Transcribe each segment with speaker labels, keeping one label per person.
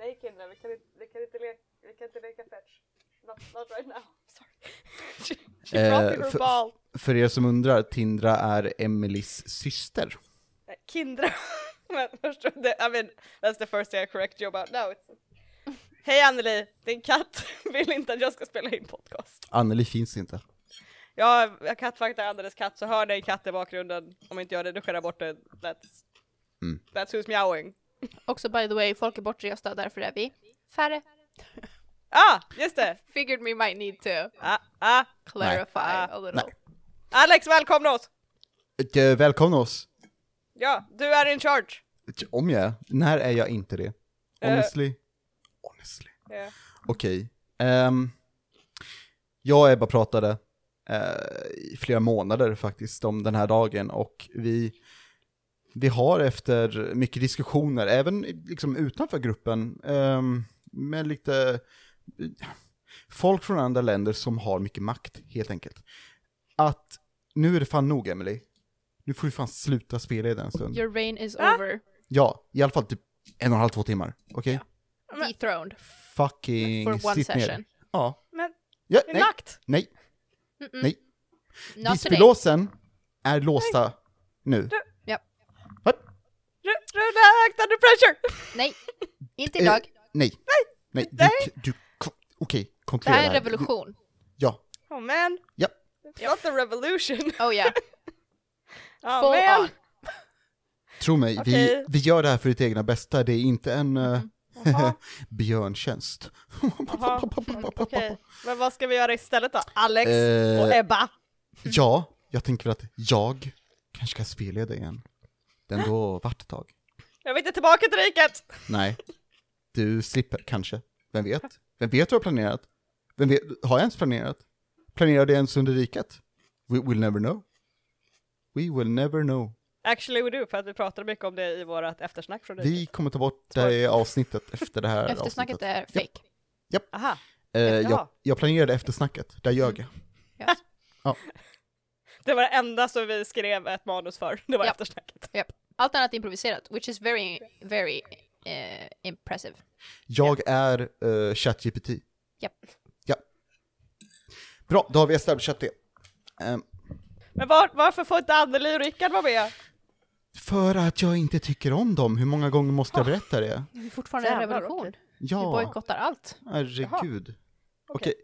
Speaker 1: Nej Kindra, vi kan inte leka fetch. Not right now. Sorry. She dropped her ball.
Speaker 2: För er som undrar, Tindra är Emelies syster.
Speaker 1: Kindra. Men först, I mean, that's the first thing I correct you about now. Hej Anneli, din katt vill inte att jag ska spela in podcast.
Speaker 2: Anneli finns inte.
Speaker 1: Jag kattfaktar Annelis katt, så hör ni en katt i bakgrunden. Om inte jag redigerar bort det, that's who's meowing.
Speaker 3: Också by the way, folk är bortresta, därför är vi färre.
Speaker 1: Just det.
Speaker 3: Figured we might need to clarify a little.
Speaker 2: Nej.
Speaker 1: Alex, välkomna oss.
Speaker 2: Välkomna oss.
Speaker 1: Ja, du är in charge.
Speaker 2: Om jag är. När är jag inte det? Honestly.
Speaker 1: Yeah.
Speaker 2: Okej. Jag och Ebba pratade i flera månader faktiskt om den här dagen, och vi har efter mycket diskussioner, även liksom utanför gruppen, med lite folk från andra länder som har mycket makt, helt enkelt. Att nu är det fan nog, Emily. Nu får du fan sluta spela i den stund.
Speaker 3: Your reign is over.
Speaker 2: Ja, i alla fall typ 1,5-2 timmar. Okej?
Speaker 3: Yeah. Dethroned.
Speaker 2: Fucking
Speaker 3: For one
Speaker 2: sitt ner.
Speaker 3: session.
Speaker 2: Ja.
Speaker 1: Men,
Speaker 2: Ja,
Speaker 1: det är makt.
Speaker 2: Nej.
Speaker 3: Not today.
Speaker 2: Visbylåsen är låsta nu.
Speaker 3: Yep.
Speaker 1: Relax under pressure.
Speaker 3: Nej, inte idag.
Speaker 2: Nej. Du okej,
Speaker 3: Det
Speaker 2: kontrollera.
Speaker 3: här är en revolution.
Speaker 2: Ja.
Speaker 1: Oh man.
Speaker 2: Ja.
Speaker 1: It's not the revolution.
Speaker 3: Oh yeah.
Speaker 1: Oh
Speaker 3: Full
Speaker 1: man.
Speaker 3: on.
Speaker 2: Tro mig,
Speaker 1: Okej.
Speaker 2: vi gör det här för ditt egna bästa. Det är inte en
Speaker 1: Jaha.
Speaker 2: björntjänst.
Speaker 1: Okej. Men vad ska vi göra istället då? Alex och Ebba.
Speaker 2: Ja, jag tänker väl att jag kanske ska spela igen. Den då vart ett tag.
Speaker 1: Jag vill inte tillbaka till riket.
Speaker 2: Nej, du slipper kanske. Vem vet? Vem vet vad du har planerat? Vem vet? Har jag ens planerat? Planerar det ens under riket? We will never know. We will never know.
Speaker 1: Actually we do, för att vi pratade mycket om det i vårat eftersnack från riket.
Speaker 2: Vi kommer ta bort det avsnittet efter det här
Speaker 3: Eftersnacket
Speaker 2: avsnittet.
Speaker 3: är fake.
Speaker 2: Japp.
Speaker 1: Aha.
Speaker 2: Jag planerade eftersnacket. Där ljög jag.
Speaker 3: Yes.
Speaker 2: Ja.
Speaker 1: Det var det enda som vi skrev ett manus för. Det var
Speaker 3: Ja.
Speaker 1: eftersnacket.
Speaker 3: Yep. Allt annat improviserat, which is very, very impressive.
Speaker 2: Jag är ChatGPT.
Speaker 3: Yep.
Speaker 2: Ja. Bra, då har vi establishat det.
Speaker 1: Men varför får inte Anneli och Rickard vara med?
Speaker 2: För att jag inte tycker om dem. Hur många gånger måste jag berätta det?
Speaker 3: Det är fortfarande en
Speaker 1: Jävlar,
Speaker 3: revolution.
Speaker 1: okej.
Speaker 3: Vi
Speaker 2: Ja,
Speaker 3: bojkottar allt.
Speaker 2: herregud.
Speaker 1: Okej.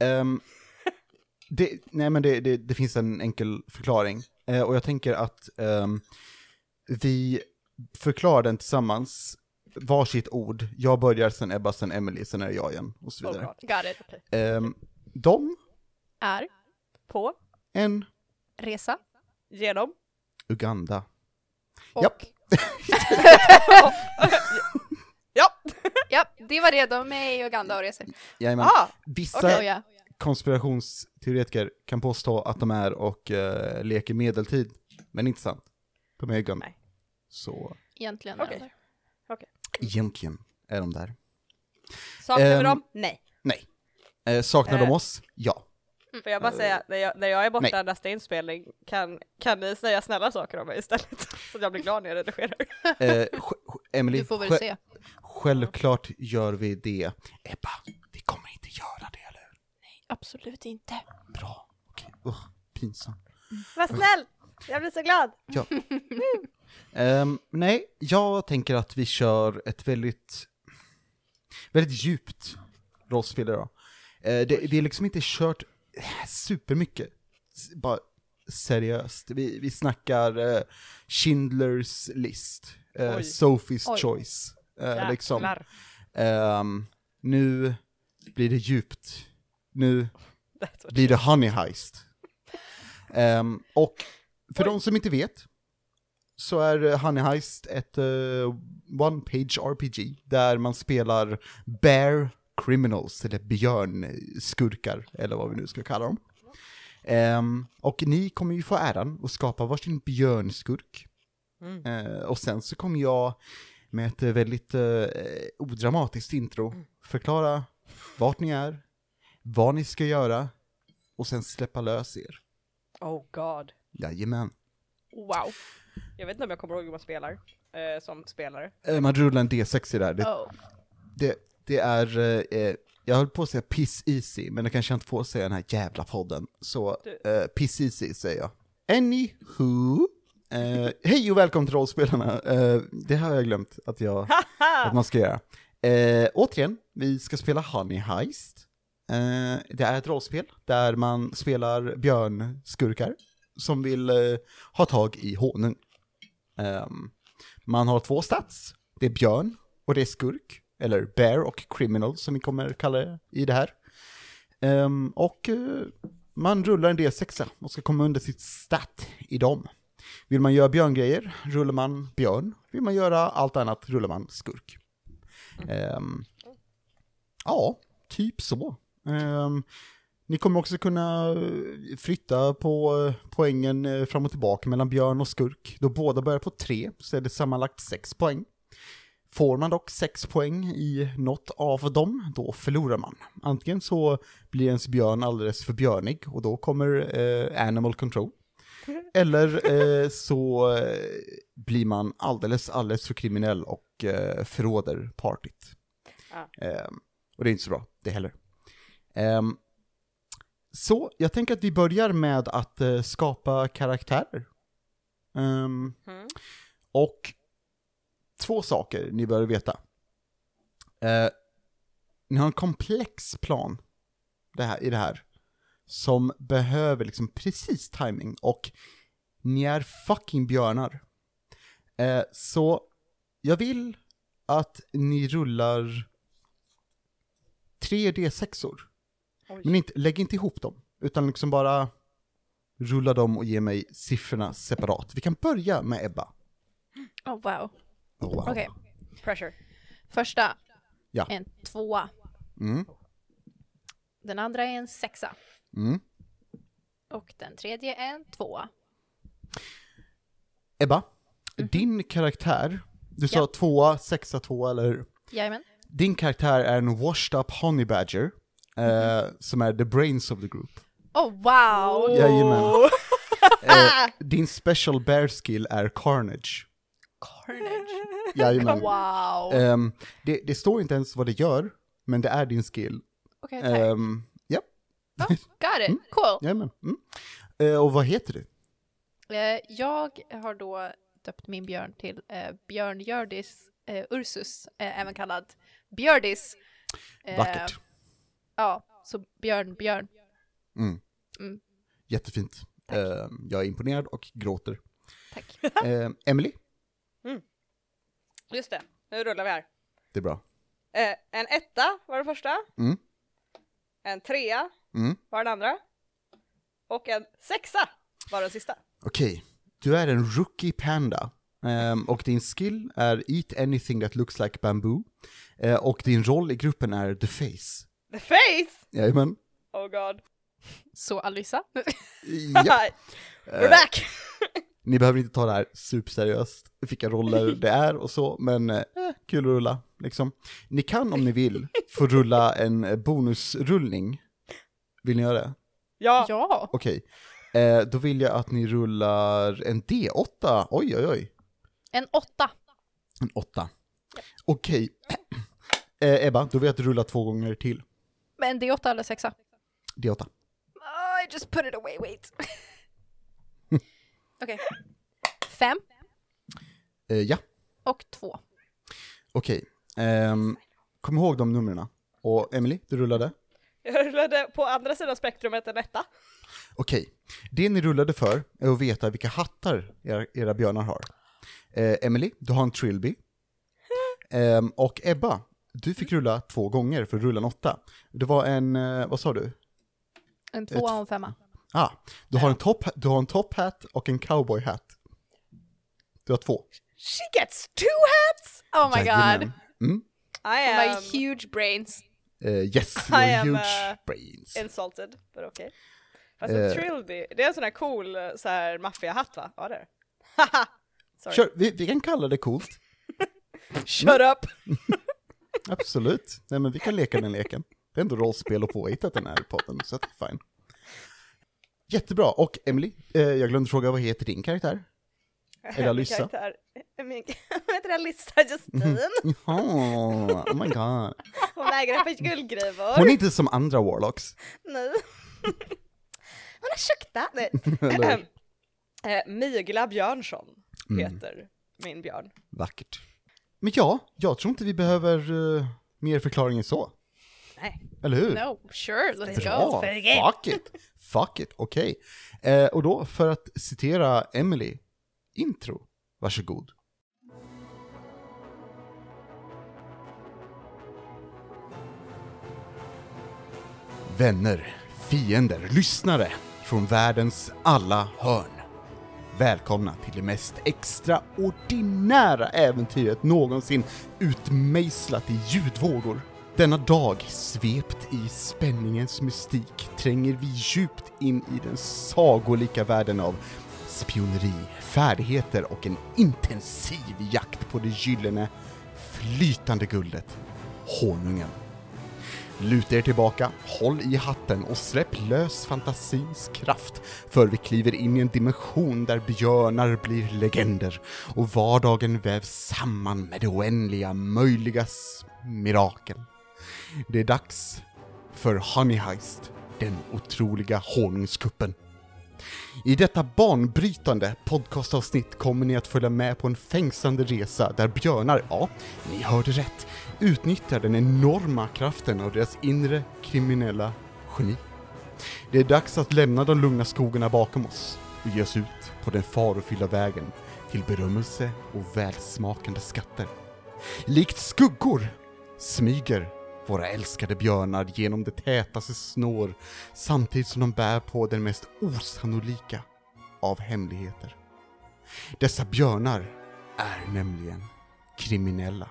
Speaker 2: Okej. Det finns en enkel förklaring. Och jag tänker att vi förklarar den tillsammans. Varsitt ord. Jag börjar, sen Ebba, sen Emily, sen är det jag igen. Och så vidare.
Speaker 1: Got it. Okay.
Speaker 2: De
Speaker 3: Är
Speaker 1: På,
Speaker 2: en
Speaker 3: resa
Speaker 1: genom,
Speaker 2: Uganda.
Speaker 3: och...
Speaker 2: Japp.
Speaker 1: ja.
Speaker 3: Ja, det var det. De är i Uganda och reser.
Speaker 2: Jajamän. Vissa
Speaker 3: Okej, ja.
Speaker 2: konspirationsteoretiker kan påstå att de är och leker medeltid. Men inte sant. De är i Uganda.
Speaker 1: Nej.
Speaker 2: Så
Speaker 3: Egentligen är de
Speaker 1: Okej.
Speaker 3: där.
Speaker 2: egentligen är de där.
Speaker 1: Saknar vi dem? Nej.
Speaker 2: Nej. Saknar de oss? Ja.
Speaker 1: Får jag bara säga, när jag är borta
Speaker 2: Nej.
Speaker 1: nästa inspelning, kan ni säga snälla saker om mig istället? Så att jag blir glad när jag redigerar.
Speaker 2: Emily,
Speaker 3: Du får väl se.
Speaker 2: självklart gör vi det. Ebba, vi kommer inte göra det, eller hur?
Speaker 3: Absolut inte.
Speaker 2: Bra. Okej. Pinsamt.
Speaker 1: Var snäll! Jag blir så glad.
Speaker 2: Ja. Nej, jag tänker att vi kör ett väldigt djupt rollspel idag. Vi är liksom inte kört supermycket. Bara seriöst. Vi snackar Schindler's list. Sophie's Choice. Liksom. Nu blir det djupt. Nu blir det Honey Heist. Och för de som inte vet så är Honey Heist ett one-page RPG där man spelar bear criminals, eller björnskurkar, eller vad vi nu ska kalla dem. Och ni kommer ju få äran att skapa varsin björnskurk. Och sen så kommer jag med ett väldigt odramatiskt intro förklara vart ni är, vad ni ska göra och sen släppa lös er.
Speaker 1: Oh god.
Speaker 2: Jajamän.
Speaker 1: Wow. Jag vet inte om jag kommer ihåg hur man spelar som spelare.
Speaker 2: Man rullar en D6 i det här. Det är, jag höll på att säga piss easy, men det kanske jag inte får säga den här jävla podden. Så piss easy säger jag. Anywho, hej och välkommen till rollspelarna. Det har jag glömt att man ska göra. Återigen, vi ska spela Honey Heist. Det är ett rollspel där man spelar björnskurkar som vill ha tag i honung. Man har 2 stats. Det är björn och det är skurk. Eller bear och criminal som vi kommer kalla det i det här. Man rullar en D6 och ska komma under sitt stat i dem. Vill man göra björngrejer rullar man björn. Vill man göra allt annat rullar man skurk. Ja, typ så. Ni kommer också kunna flytta på poängen fram och tillbaka mellan björn och skurk. Då båda börjar på 3 så är det sammanlagt 6 poäng. Får man dock 6 poäng i något av dem, då förlorar man. Antingen så blir ens björn alldeles för björnig och då kommer animal control. Eller så blir man alldeles för kriminell och förråder partyt. Och det är inte så bra, det heller. Så jag tänker att vi börjar med att skapa karaktärer. Och 2 saker ni bör veta. Ni har en komplex plan i det här som behöver liksom precis timing och ni är fucking björnar. Så jag vill att ni rullar 3 D6-or. Men lägg inte ihop dem, utan liksom bara rulla dem och ge mig siffrorna separat. Vi kan börja med Ebba.
Speaker 3: Oh wow.
Speaker 2: Wow.
Speaker 3: Okej.
Speaker 1: Pressure.
Speaker 3: Första,
Speaker 2: Ja.
Speaker 3: en 2. Den andra är en 6. Och den tredje är en 2.
Speaker 2: Ebba, din karaktär, du sa 2, 6, 2 eller?
Speaker 3: Jajamän.
Speaker 2: Din karaktär är en washed up honey badger, som är the brains of the group.
Speaker 3: Oh wow!
Speaker 2: Jajamän. Din special bear skill är carnage.
Speaker 3: Carnage.
Speaker 2: Jajamän.
Speaker 3: Wow.
Speaker 2: Det står inte ens vad det gör, men det är din skill.
Speaker 3: Okej, tack.
Speaker 2: Ja.
Speaker 3: Got it. Cool.
Speaker 2: Jajamän. Och vad heter du?
Speaker 3: Jag har då döpt min björn till Björn Hjördis Ursus, även kallad Björdis.
Speaker 2: Vackert.
Speaker 3: Ja, så björn.
Speaker 2: Jättefint. Jag är imponerad och gråter.
Speaker 3: Tack.
Speaker 2: Emily?
Speaker 1: Just det, nu rullar vi här.
Speaker 2: Det är bra.
Speaker 1: En 1 var den första. En 3 var den andra. Och en 6 var den sista.
Speaker 2: Okej, du är en rookie panda. Och din skill är eat anything that looks like bamboo. Och din roll i gruppen är the face.
Speaker 1: The face?
Speaker 2: Jajamän.
Speaker 1: Oh god.
Speaker 3: Så Alyssa?
Speaker 2: Japp.
Speaker 1: We're back!
Speaker 2: Ni behöver inte ta det här superseriöst, vilka roller det är och så, men kul att rulla, liksom. Ni kan, om ni vill, få rulla en bonusrullning. Vill ni göra det?
Speaker 1: Ja.
Speaker 2: Okej. Då vill jag att ni rullar en D8. Oj.
Speaker 3: En 8.
Speaker 2: En 8. Okej. Ebba, då vill jag att du rullar 2 gånger till.
Speaker 3: Men D8 eller 6?
Speaker 2: D8.
Speaker 3: I just put it away, wait. Okej. 5.
Speaker 2: Ja.
Speaker 3: Och 2.
Speaker 2: Okej. Kom ihåg de numren. Och Emily, du rullade?
Speaker 1: Jag rullade på andra sidan spektrumet en 1.
Speaker 2: Okej. Det ni rullade för är att veta vilka hattar era björnar har. Emily, du har en trilby. Och Ebba, du fick rulla 2 gånger för att rulla en 8. Det var en, vad sa du?
Speaker 3: En 2 och en 5.
Speaker 2: Du har en top hat och en cowboy hat. Du har 2.
Speaker 1: She gets 2 hats!
Speaker 3: Oh my god.
Speaker 1: I
Speaker 3: My
Speaker 1: am
Speaker 3: huge brains.
Speaker 2: Yes,
Speaker 1: I
Speaker 2: you're
Speaker 1: am,
Speaker 2: huge brains.
Speaker 1: insulted, but okay. Fast en trilby, det är en sån här cool så här maffia-hatt va? Ja det är det. Haha! Sorry.
Speaker 2: Kör, vi kan kalla det coolt.
Speaker 1: Shut up!
Speaker 2: Absolut. Nej, men vi kan leka den leken. Det är ändå rollspel och påhittat den här podden, så det är fine. Jättebra. Och Emily, jag glömde fråga, vad heter din karaktär? Är det Alyssa?
Speaker 1: Vad heter Alyssa Justin?
Speaker 2: Jaha, oh my god.
Speaker 1: Hon vägrar för guldgruvor.
Speaker 2: Hon är inte som andra warlocks.
Speaker 1: Nej. Hon är tjockta. Mygla Björnsson heter min björn.
Speaker 2: Vackert. Men ja, jag tror inte vi behöver mer förklaring än så.
Speaker 1: Nej.
Speaker 2: Eller hur?
Speaker 3: No, sure, let's
Speaker 2: Bra,
Speaker 3: go.
Speaker 2: fuck it, okej. Och då, för att citera Emily, intro, varsågod. Vänner, fiender, lyssnare från världens alla hörn. Välkomna till det mest extraordinära äventyret någonsin utmejslat i ljudvågor. Denna dag, svept i spänningens mystik, tränger vi djupt in i den sagolika världen av spioneri, färdigheter och en intensiv jakt på det gyllene, flytande guldet, honungen. Luta er tillbaka, håll i hatten och släpp lös fantasins kraft, för vi kliver in i en dimension där björnar blir legender och vardagen vävs samman med det oändliga möjligas mirakel. Det är dags för Honey Heist, den otroliga honungskuppen. I detta banbrytande podcastavsnitt kommer ni att följa med på en fängslande resa där björnar, ja, ni hörde rätt, utnyttjar den enorma kraften av deras inre kriminella geni. Det är dags att lämna de lugna skogarna bakom oss och ge oss ut på den farofyllda vägen till berömmelse och välsmakande skatter. Likt skuggor smyger våra älskade björnar genom det tätaste snår samtidigt som de bär på den mest osannolika av hemligheter. Dessa björnar är nämligen kriminella.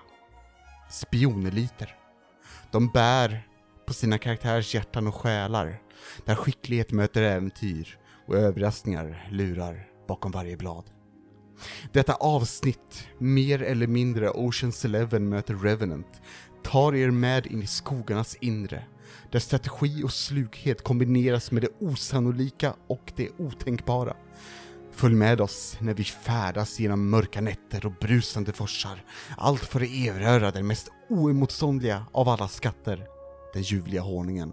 Speaker 2: Spioneliter. De bär på sina karaktärers hjärtan och själar, där skicklighet möter äventyr och överraskningar lurar bakom varje blad. Detta avsnitt, mer eller mindre Ocean's 11 möter Revenant, tar er med in i skogarnas inre, där strategi och slughet kombineras med det osannolika och det otänkbara. Följ med oss när vi färdas genom mörka nätter och brusande forsar, allt för att erövra den mest oemotståndliga av alla skatter, den ljuvliga honungen.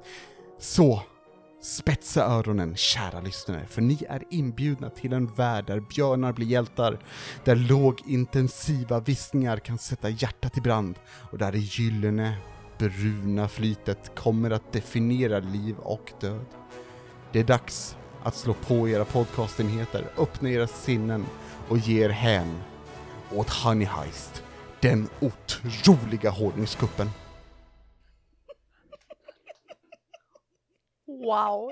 Speaker 2: Så, spetsa öronen, kära lyssnare, för ni är inbjudna till en värld där björnar blir hjältar, där lågintensiva viskningar kan sätta hjärtat i brand och där det gyllene, bruna flytet kommer att definiera liv och död. Det är dags att slå på era podcastenheter, öppna era sinnen och ge er hän åt Honey Heist, den otroliga honungskuppen.
Speaker 3: Wow.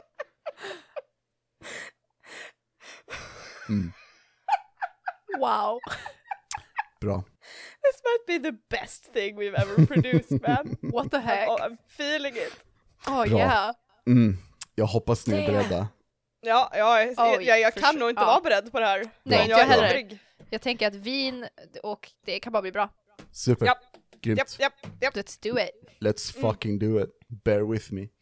Speaker 3: Wow.
Speaker 2: Bra.
Speaker 1: This might be the best thing we've ever produced, man.
Speaker 3: What the heck?
Speaker 1: I'm feeling it.
Speaker 3: Oh
Speaker 2: Bra.
Speaker 3: yeah.
Speaker 2: Jag hoppas ni är beredda.
Speaker 1: Ja, jag kan nog inte vara beredd på det här.
Speaker 3: Nej,
Speaker 1: jag
Speaker 3: inte
Speaker 1: är
Speaker 3: heller.
Speaker 1: ivrig.
Speaker 3: Jag tänker att vin och det kan bara bli bra.
Speaker 2: Super.
Speaker 1: Japp.
Speaker 2: Grymt.
Speaker 1: Japp.
Speaker 3: Let's do it.
Speaker 2: Let's fucking do it. Bear with me.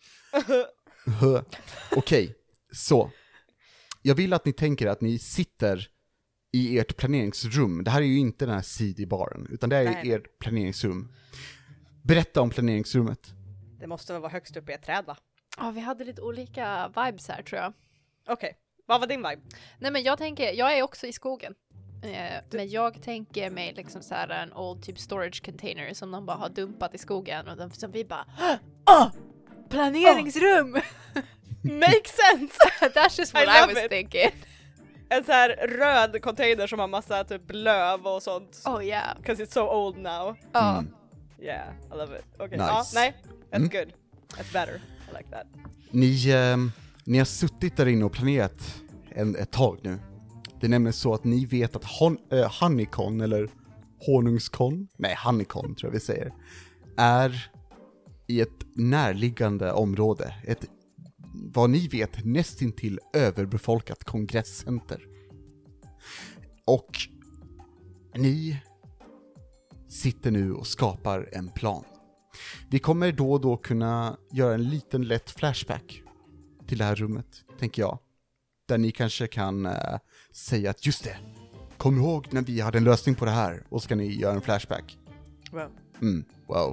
Speaker 2: Okej, så. Jag vill att ni tänker att ni sitter i ert planeringsrum. Det här är ju inte den här CD-baren, utan det är
Speaker 1: Nej.
Speaker 2: ert planeringsrum. Berätta om planeringsrummet.
Speaker 1: Det måste väl vara högst upp i ett träd, va?
Speaker 3: Ja, vi hade lite olika vibes här tror jag.
Speaker 1: Okej. Vad var din vibe?
Speaker 3: Nej men jag är också i skogen. Men jag tänker mig liksom så här en old typ storage container som de bara har dumpat i skogen och som vi bara planeringsrum!
Speaker 1: Makes sense!
Speaker 3: That's just what
Speaker 1: I
Speaker 3: I
Speaker 1: love
Speaker 3: was
Speaker 1: it.
Speaker 3: thinking.
Speaker 1: En så här röd container som har massa typ löv och sånt.
Speaker 3: Oh yeah.
Speaker 1: Because it's so old now. Yeah, I love it. Okay.
Speaker 2: Nice.
Speaker 1: Ja, nej. That's good. That's better. I like that.
Speaker 2: Ni har suttit där inne och planerat ett tag nu. Det är nämligen så att ni vet att Honeycon, eller Honungskon, nej Honeycon tror jag vi säger, är i ett närliggande område. Ett, vad ni vet, nästintill överbefolkat kongresscenter. Och ni sitter nu och skapar en plan. Vi kommer då och då kunna göra en liten lätt flashback till det här rummet, tänker jag. Där ni kanske kan säga att just det, kom ihåg när vi hade en lösning på det här, och ska ni göra en flashback.
Speaker 1: Wow.
Speaker 2: Wow.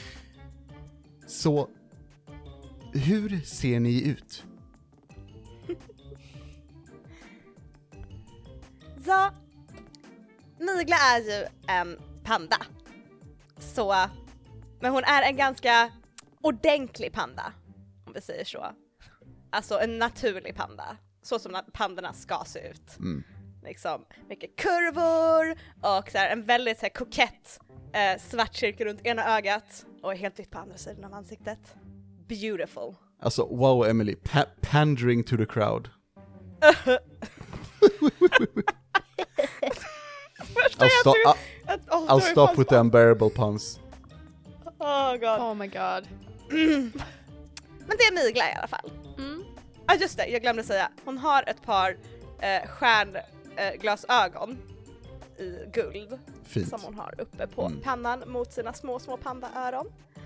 Speaker 2: Så, hur ser ni ut?
Speaker 1: Så, Mygla är ju en panda. Så, men hon är en ganska ordentlig panda, om vi säger så. Alltså en naturlig panda. Så som pandorna ska se ut. Liksom mycket kurvor och så här, en väldigt så här, kokett svart cirkel runt ena ögat och helt vitt på andra sidan av ansiktet. Beautiful.
Speaker 2: Alltså, wow Emily, pandering to the crowd. I'll stop with the unbearable puns.
Speaker 1: Oh god.
Speaker 3: Oh my god.
Speaker 1: Men det är Mygla i alla fall. Ja just det, jag glömde säga. Hon har ett par stjärnglasögon i guld.
Speaker 2: Fint.
Speaker 1: Som hon har uppe på pannan mot sina små pandaöron.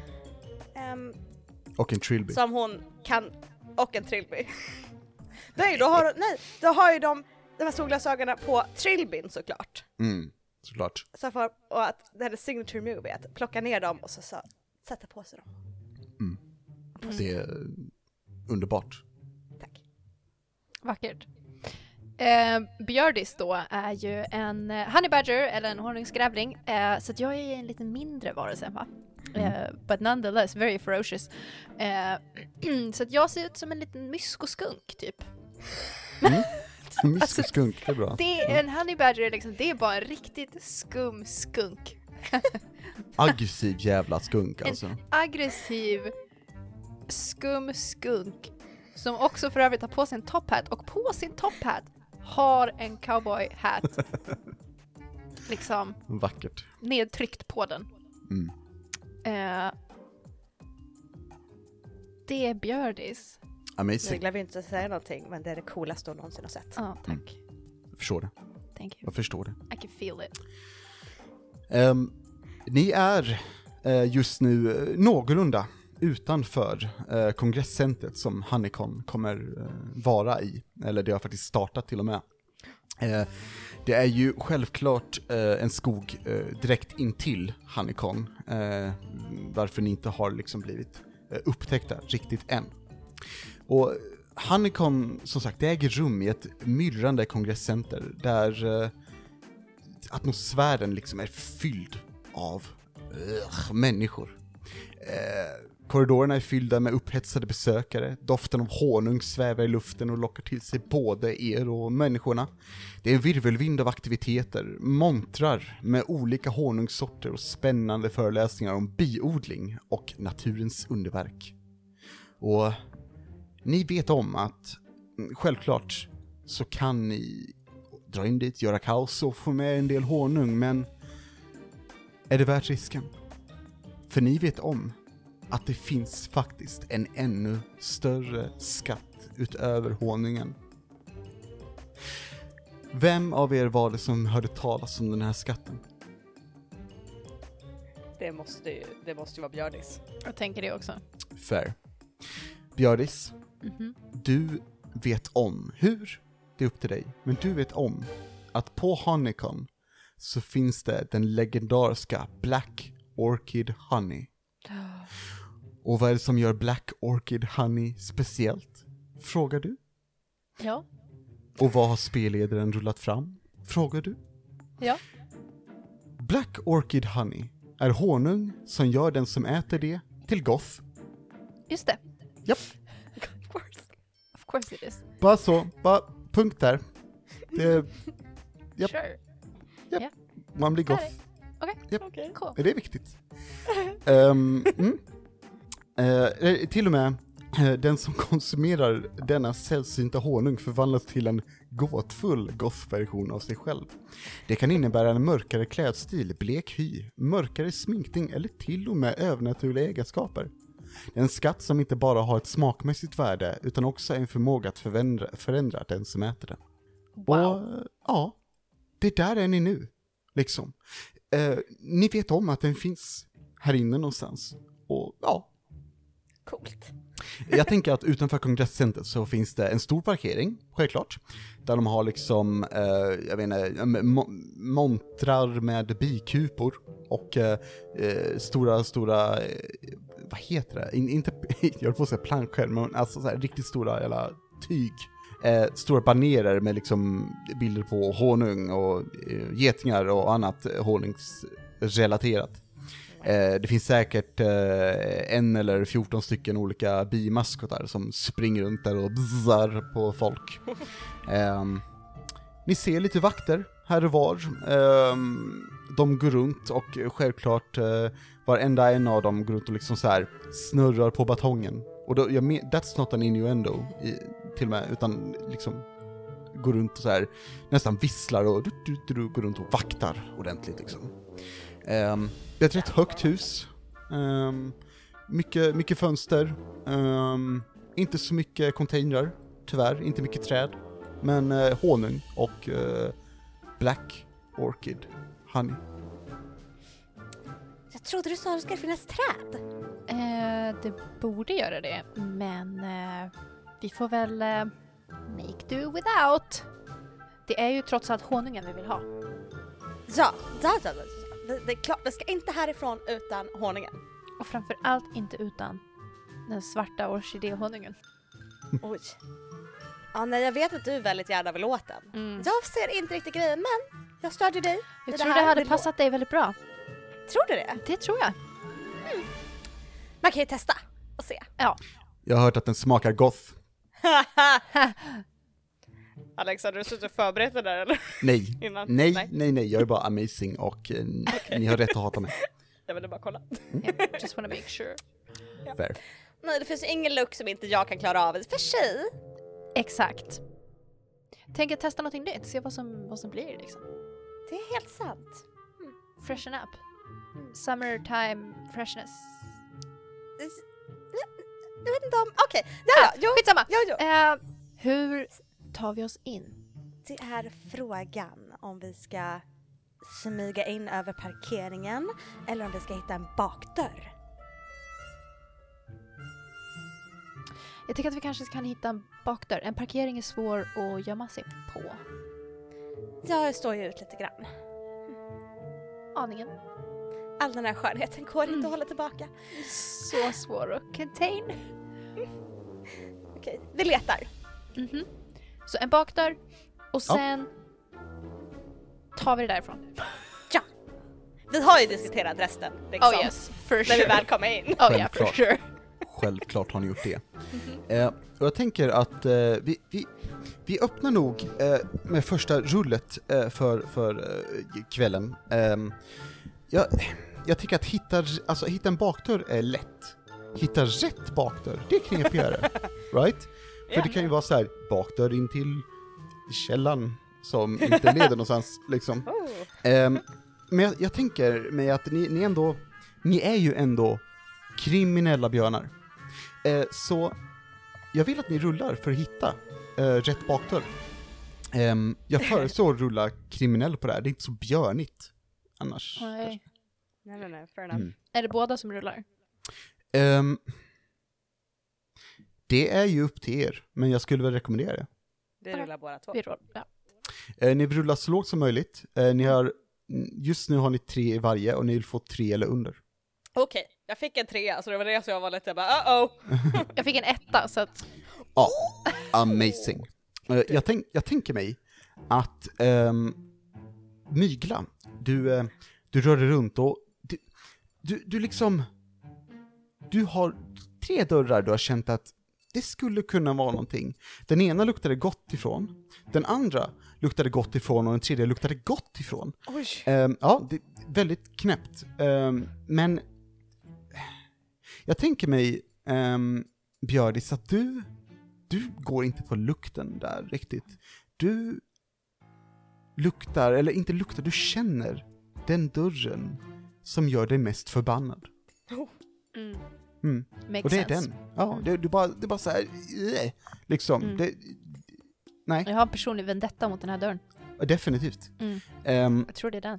Speaker 2: Och en trilby.
Speaker 1: Som hon kan, och en trilby. Då har ju de här solglasögonen på trilbyn såklart.
Speaker 2: Såklart.
Speaker 1: Så för, och att det här är signature move, att plocka ner dem och så sätta på sig dem.
Speaker 2: Det är underbart.
Speaker 1: Tack.
Speaker 3: Vackert. Björdis då är ju en honey badger eller en honungsgrävling, så att jag är en lite mindre varelse, va? But nonetheless very ferocious. Så att jag ser ut som en liten myskoskunk typ.
Speaker 2: Myskoskunk, det är bra.
Speaker 3: Det är en honey badger liksom, det är bara en riktigt skum skunk.
Speaker 2: Aggressiv jävla skunk alltså.
Speaker 3: En aggressiv skum skunk som också för övrigt har på sin top hat, och på sin top hat har en cowboy hat liksom
Speaker 2: vackert
Speaker 3: nedtryckt på den. Det är Björdis.
Speaker 2: Amazing.
Speaker 1: Jag glömde inte säga någonting, men det är det coolaste hon någonsin har sett.
Speaker 3: Ja, tack.
Speaker 2: Jag förstår det.
Speaker 3: Thank you.
Speaker 2: Jag förstår det.
Speaker 3: I can feel it.
Speaker 2: Ni är just nu någorlunda utanför kongresscentret som Honeycon kommer vara i. Eller det har faktiskt startat till och med. Det är ju självklart en skog direkt intill Honeycon. Varför ni inte har liksom blivit upptäckta riktigt än. Och Honeycon, som sagt, det äger rum i ett myllrande kongresscenter där atmosfären liksom är fylld av människor. Korridorerna är fyllda med upphetsade besökare. Doften av honung svävar i luften och lockar till sig både er och människorna. Det är en virvelvind av aktiviteter, montrar med olika honungssorter och spännande föreläsningar om biodling och naturens underverk. Och ni vet om att självklart så kan ni dra in dit, göra kaos och få med en del honung, men är det värt risken? För ni vet om att det finns faktiskt en ännu större skatt utöver honungen. Vem av er var det som hörde talas om den här skatten?
Speaker 1: Det måste ju vara Björdis.
Speaker 3: Jag tänker det också.
Speaker 2: Fair. Björdis, du vet om hur, det är upp till dig, men du vet om att på Honeycon så finns det den legendariska Black Orchid Honey. Och vad är det som gör Black Orchid Honey speciellt? Frågar du?
Speaker 3: Ja.
Speaker 2: Och vad har spelledaren rullat fram? Frågar du?
Speaker 3: Ja.
Speaker 2: Black Orchid Honey är honung som gör den som äter det till goth.
Speaker 3: Just det.
Speaker 2: Japp.
Speaker 3: Of course it is.
Speaker 2: Bara så, bara punkt där. Det, japp.
Speaker 3: Sure.
Speaker 2: Japp.
Speaker 3: Ja.
Speaker 2: Man blir goth.
Speaker 3: Okej.
Speaker 2: Japp.
Speaker 1: Okej.
Speaker 3: Cool.
Speaker 2: Det är viktigt. Till och med den som konsumerar denna sällsynta honung förvandlas till en gåtfull goth-version av sig själv. Det kan innebära en mörkare klädstil, blek hy, mörkare sminkning eller till och med övernaturliga egenskaper. Det är en skatt som inte bara har ett smakmässigt värde utan också en förmåga att förändra den som äter den.
Speaker 3: Wow.
Speaker 2: Och ja, det där är ni nu, liksom. Ni vet om att den finns här inne någonstans. Och ja.
Speaker 1: Coolt.
Speaker 2: Jag tänker att utanför kongresscentret så finns det en stor parkering, självklart. Där de har liksom, jag vet inte, montrar med bikupor. Och stora, vad heter det? Inte, jag höll på att säga planscher, men alltså så här riktigt stora jävla tyg. Stora banerer med liksom bilder på honung och getingar och annat honungsrelaterat. Det finns säkert 1 eller 14 stycken olika bimaskotar som springer runt där och bzzar på folk. Ni ser lite vakter här och var. De går runt och självklart varenda en av dem går runt och liksom så här snurrar på batongen. Och då, that's not an innuendo till och med, utan liksom går runt och så här nästan visslar och går runt och vaktar ordentligt liksom. Det är ett rätt högt hus. Mycket fönster. Inte så mycket containrar, tyvärr. Inte mycket träd. Men honung och black orchid honey.
Speaker 1: Jag trodde du sa att det ska finnas träd.
Speaker 3: Det borde göra det, men vi får väl make do without. Det är ju trots allt honungen vi vill ha.
Speaker 1: Ja. Det är klart, vi ska inte härifrån utan honungen.
Speaker 3: Och framförallt inte utan den svarta orkidéhonungen.
Speaker 1: Oj. Ja, nej, jag vet att du väldigt gärna vill åt den. Jag ser inte riktigt grejen, men jag stödjer dig.
Speaker 3: Jag tror det hade passat dig väldigt bra.
Speaker 1: Tror du det?
Speaker 3: Det tror jag.
Speaker 1: Man kan ju testa och se.
Speaker 3: Ja.
Speaker 2: Jag har hört att den smakar goth.
Speaker 1: Alex, har du suttit och förberett det där eller?
Speaker 2: Nej.
Speaker 1: Innan?
Speaker 2: Nej, jag är bara amazing och ni har rätt att hata mig.
Speaker 1: Jag vill bara kolla.
Speaker 3: Yeah, just wanna make sure.
Speaker 2: Fair.
Speaker 1: Nej, det finns ju ingen look som inte jag kan klara av för sig.
Speaker 3: Exakt. Tänk att testa någonting nytt, se vad som blir liksom.
Speaker 1: Det är helt sant.
Speaker 3: Freshen up. Summertime freshness.
Speaker 1: Jag vet inte om... Okej. Ja.
Speaker 3: Skitsamma.
Speaker 1: Jo.
Speaker 3: Hur tar vi oss in?
Speaker 1: Det är frågan om vi ska smyga in över parkeringen eller om vi ska hitta en bakdörr.
Speaker 3: Jag tycker att vi kanske kan hitta en bakdörr. En parkering är svår att gömma sig på.
Speaker 1: Jag står ju ut lite grann.
Speaker 3: Aningen.
Speaker 1: All den här skönheten går inte att hålla tillbaka.
Speaker 3: Så svår att contain.
Speaker 1: Okej, vi letar.
Speaker 3: Så en bakdörr och sen tar vi det därifrån.
Speaker 1: Ja. Vi har ju diskuterat resten. Liksom,
Speaker 3: Oh yes, for
Speaker 1: när
Speaker 3: sure.
Speaker 1: vi väl kommer in.
Speaker 3: Oh yeah, for sure.
Speaker 2: Självklart har ni gjort det. Och jag tänker att vi öppnar nog med första rullet för kvällen. Jag tycker att hitta en bakdörr är lätt. Hitta rätt bakdörr, det är knepigare. Right? För det kan ju vara så här, bakdörr in till källan som inte leder någonstans liksom. Men jag tänker mig att ni är ju ändå kriminella björnar. Så jag vill att ni rullar för att hitta rätt bakdörr. Jag föreslår rulla kriminell på det här. Det är inte så björnigt annars.
Speaker 3: Nej,
Speaker 1: fair enough.
Speaker 3: Är det båda som rullar?
Speaker 2: Det är ju upp till er, men jag skulle väl rekommendera det.
Speaker 1: Vi rullar båda två.
Speaker 3: Vi rullar, ja.
Speaker 2: Ni rullar så lågt som möjligt. Just nu har ni 3 i varje och ni vill få 3 eller under.
Speaker 1: Okej, jag fick en 3 så det var det så jag var lite bara uh-oh.
Speaker 3: Jag fick en 1 så att...
Speaker 2: Ja, amazing. Jag tänker mig att Mygla, du rör dig runt och du liksom, du har 3 dörrar du har känt att det skulle kunna vara någonting. Den ena luktade gott ifrån, den andra luktade gott ifrån och den tredje luktade gott ifrån.
Speaker 1: Oj.
Speaker 2: Ja, det är väldigt knäppt. Men jag tänker mig, Björdis, att du går inte på lukten där riktigt. Du luktar, eller inte luktar, du känner den dörren som gör dig mest förbannad.
Speaker 3: Makes
Speaker 2: Och det är
Speaker 3: sense.
Speaker 2: den. Ja, det är bara så här, liksom. Nej.
Speaker 3: Jag har en personlig vendetta mot den här dörren.
Speaker 2: Definitivt.
Speaker 3: Jag tror det är den.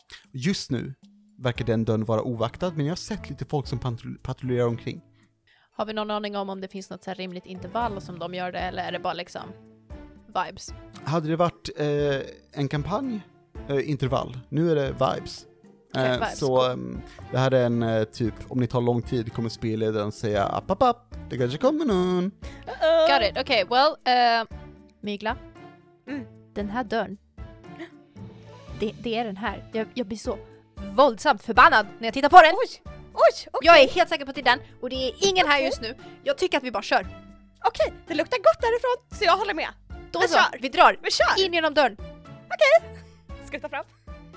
Speaker 2: Just nu verkar den dörren vara ovaktad, men jag har sett lite folk som patrullerar omkring.
Speaker 3: Har vi någon aning om det finns något så här rimligt intervall som de gör det, eller är det bara liksom vibes?
Speaker 2: Hade det varit en kampanj, intervall, nu är det vibes.
Speaker 3: Okay, vibes.
Speaker 2: Så det här är en typ, om ni tar lång tid kommer spelledaren säga app, det kanske kommer någon.
Speaker 3: Got it, okay, well, Mygla, den här dörren, det är den här. Jag blir så våldsamt förbannad när jag tittar på den.
Speaker 1: Oj, okay.
Speaker 3: Jag är helt säker på att det är den, och det är ingen här just nu. Jag tycker att vi bara kör.
Speaker 1: Okej, det luktar gott därifrån, så jag håller med.
Speaker 3: Då så, vi drar.
Speaker 1: Vi kör.
Speaker 3: In genom dörren.
Speaker 1: Okej. Skutta fram.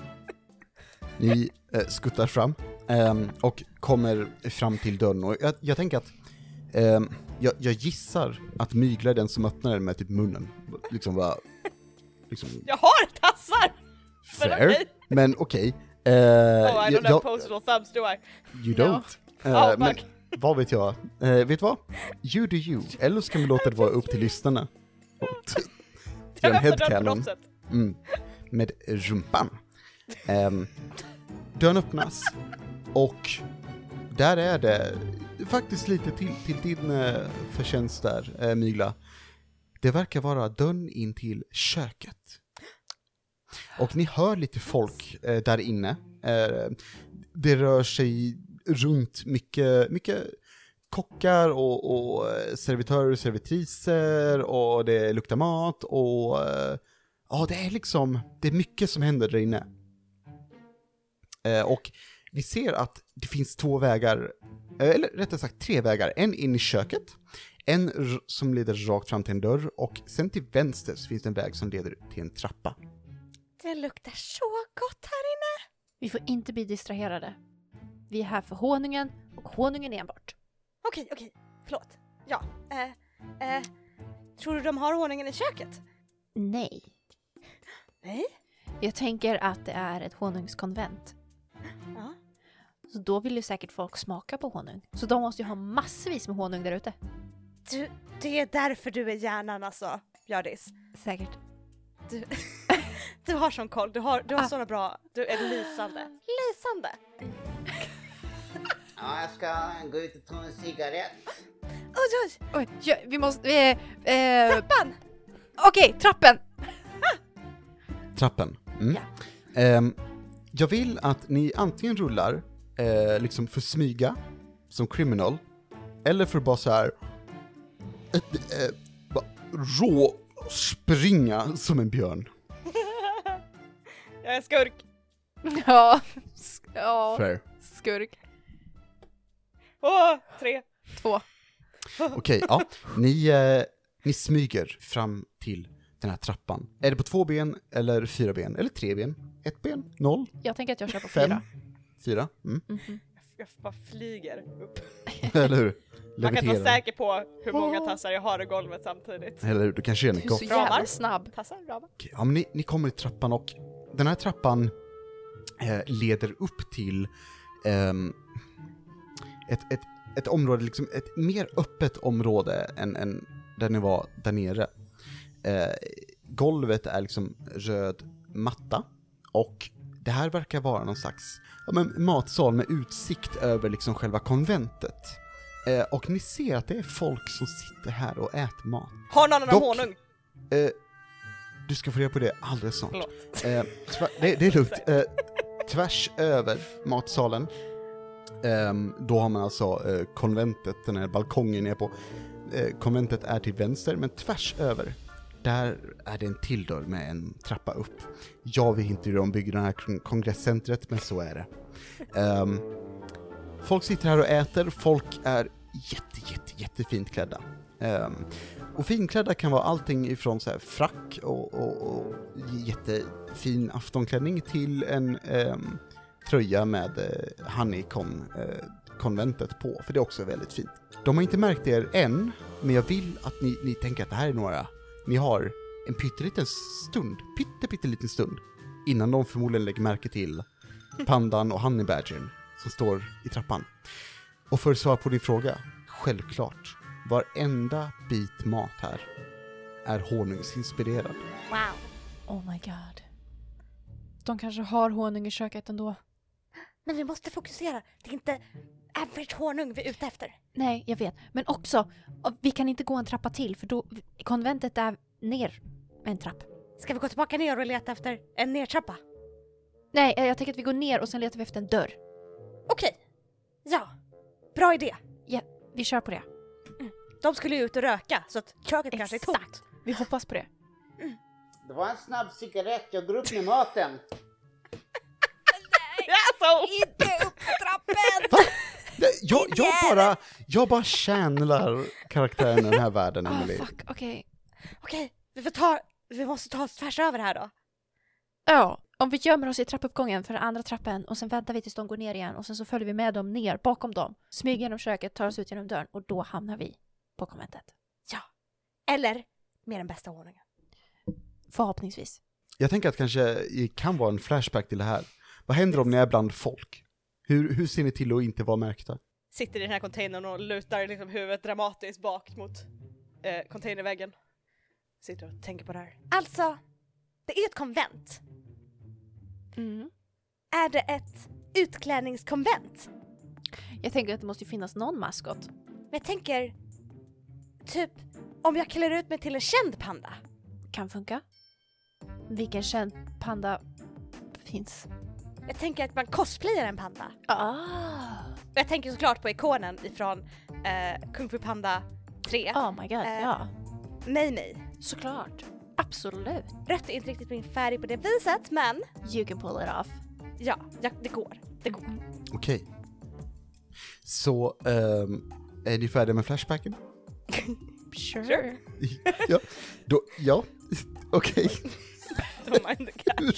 Speaker 2: Ni skuttar fram och kommer fram till dörren. Och jag tänker att jag gissar att Mygla är den som öppnar den med typ munnen. Liksom,
Speaker 1: jag har tassar!
Speaker 2: Fair, men okej.
Speaker 1: I don't have postal thumbs, do I?
Speaker 2: You don't. Men vad vet jag? Vet du vad? You do you. Eller ska vi låta det vara upp till lyssnarna. Till en headcanon. Med rumpan. Dörren öppnas. Och där är det faktiskt lite till din förtjänst där, Mygla. Det verkar vara dörren in till köket. Och ni hör lite folk där inne. Det rör sig runt mycket kockar och servitörer och servitriser, och det luktar mat och det är mycket som händer där inne. Och vi ser att det finns 2 vägar, eller rättare sagt 3 vägar. En in i köket, en som leder rakt fram till en dörr, och sen till vänster så finns det en väg som leder till en trappa.
Speaker 1: Det luktar så gott här inne.
Speaker 3: Vi får inte bli distraherade. Vi är här för honungen, och honungen enbart.
Speaker 1: Okej, förlåt. Ja, tror du de har honungen i köket?
Speaker 3: Nej.
Speaker 1: Nej?
Speaker 3: Jag tänker att det är ett honungskonvent.
Speaker 1: Ja.
Speaker 3: Så då vill ju säkert folk smaka på honung. Så de måste ju ha massvis med honung där ute.
Speaker 1: Det är därför du är hjärnan alltså, Björdis.
Speaker 3: Säkert.
Speaker 1: Du har sån koll, du har såna bra, du är lysande.
Speaker 4: Ja, jag ska gå ut och ta en cigarett.
Speaker 3: Oj, vi måste...
Speaker 1: Trappan!
Speaker 3: Okej, trappen!
Speaker 2: Trappen. Jag vill att ni antingen rullar liksom för smyga som criminal, eller för bara så här rå springa som en björn.
Speaker 1: Jag är skurk.
Speaker 3: Ja,
Speaker 2: Fair.
Speaker 3: skurk.
Speaker 1: 3.
Speaker 3: 2.
Speaker 2: Okej, ja. Ni smyger fram till den här trappan. Är det på 2 ben, eller 4 ben, eller 3 ben? 1 ben? 0?
Speaker 3: Jag tänker att jag kör på
Speaker 2: 5?
Speaker 3: 4.
Speaker 2: 4?
Speaker 1: Jag bara flyger upp.
Speaker 2: Eller hur?
Speaker 1: Man kan inte vara säker på hur många tassar jag har i golvet samtidigt.
Speaker 2: Eller hur? Du kanske är en
Speaker 3: Du är så jävla snabb.
Speaker 1: Tassar, ramar.
Speaker 2: Okej, ja, men ni kommer i trappan, och den här trappan leder upp till ett område, liksom ett mer öppet område än där ni var där nere. Golvet är liksom röd matta, och det här verkar vara någon slags matsal med utsikt över liksom själva konventet. Och ni ser att det är folk som sitter här och äter mat.
Speaker 1: Har någon annan honung?
Speaker 2: Du ska få reda på det alldeles snart. Det är lugnt. Tvärs över matsalen, då har man alltså konventet, den här balkongen är på. Konventet är till vänster, men tvärs över, där är det en till dörr med en trappa upp. Jag vet inte hur de bygger det här kongresscentret, men så är det. Folk sitter här och äter. Folk är jättefint klädda. Och finklädda kan vara allting ifrån så här frack och jättefin aftonklänning till en tröja med Honeycomb-konventet på, för det är också väldigt fint. De har inte märkt er än, men jag vill att ni tänker att det här är några. Ni har en pytteliten stund, pytteliten stund, innan de förmodligen lägger märke till pandan och Honey Badgern som står i trappan. Och för att svara på din fråga, självklart, varenda bit mat här är honungsinspirerad.
Speaker 1: Wow.
Speaker 3: Oh my god. De kanske har honung i köket ändå.
Speaker 1: Men vi måste fokusera. Det är inte average honung vi är ute efter.
Speaker 3: Nej, jag vet. Men också, vi kan inte gå en trappa till för då konventet är ner en trapp.
Speaker 1: Ska vi gå tillbaka ner och leta efter en nertrappa?
Speaker 3: Nej, jag tänker att vi går ner och sen letar vi efter en dörr.
Speaker 1: Okej. Ja, bra idé.
Speaker 3: Ja, vi kör på det.
Speaker 1: De skulle ju ut och röka så att köket kanske är tomt.
Speaker 3: Vi hoppas på det.
Speaker 4: Det var en snabb cigarett, jag går upp med maten.
Speaker 3: Inte upp på trappen!
Speaker 2: Jag bara channlar karaktären i den här världen, Emily.
Speaker 3: Fuck, okej.
Speaker 1: Okej, vi måste ta oss tvärs över här då.
Speaker 3: Ja, om vi gömmer oss i trappuppgången för den andra trappen och sen väntar vi tills de går ner igen och sen så följer vi med dem ner bakom dem, smyger genom köket, tar oss ut genom dörren och då hamnar vi på konventet.
Speaker 1: Ja, eller med den bästa honungen.
Speaker 3: Förhoppningsvis.
Speaker 2: Jag tänker att kanske det kan vara en flashback till det här. Vad händer om ni är bland folk? Hur ser ni till att inte vara märkta?
Speaker 1: Sitter i den här containern och lutar liksom huvudet dramatiskt bak mot containerväggen. Sitter och tänker på det här. Alltså, det är ett konvent.
Speaker 3: Mm.
Speaker 1: Är det ett utklädningskonvent?
Speaker 3: Jag tänker att det måste finnas någon maskot.
Speaker 1: Men jag tänker, typ, om jag klär ut mig till en känd panda.
Speaker 3: Kan funka. Vilken känd panda finns?
Speaker 1: Jag tänker att man cosplayar en panda. Och jag tänker såklart på ikonen ifrån Kung Fu Panda 3.
Speaker 3: Oh my god, ja.
Speaker 1: Mei.
Speaker 3: Såklart. Absolut.
Speaker 1: Rött är inte riktigt min färg på det viset, men...
Speaker 3: You can pull it off.
Speaker 1: Ja, det går. Det går.
Speaker 2: Okej. Så, är ni färdiga med flashbacken?
Speaker 3: Sure.
Speaker 2: Ja. Okej.
Speaker 1: Don't mind the cat.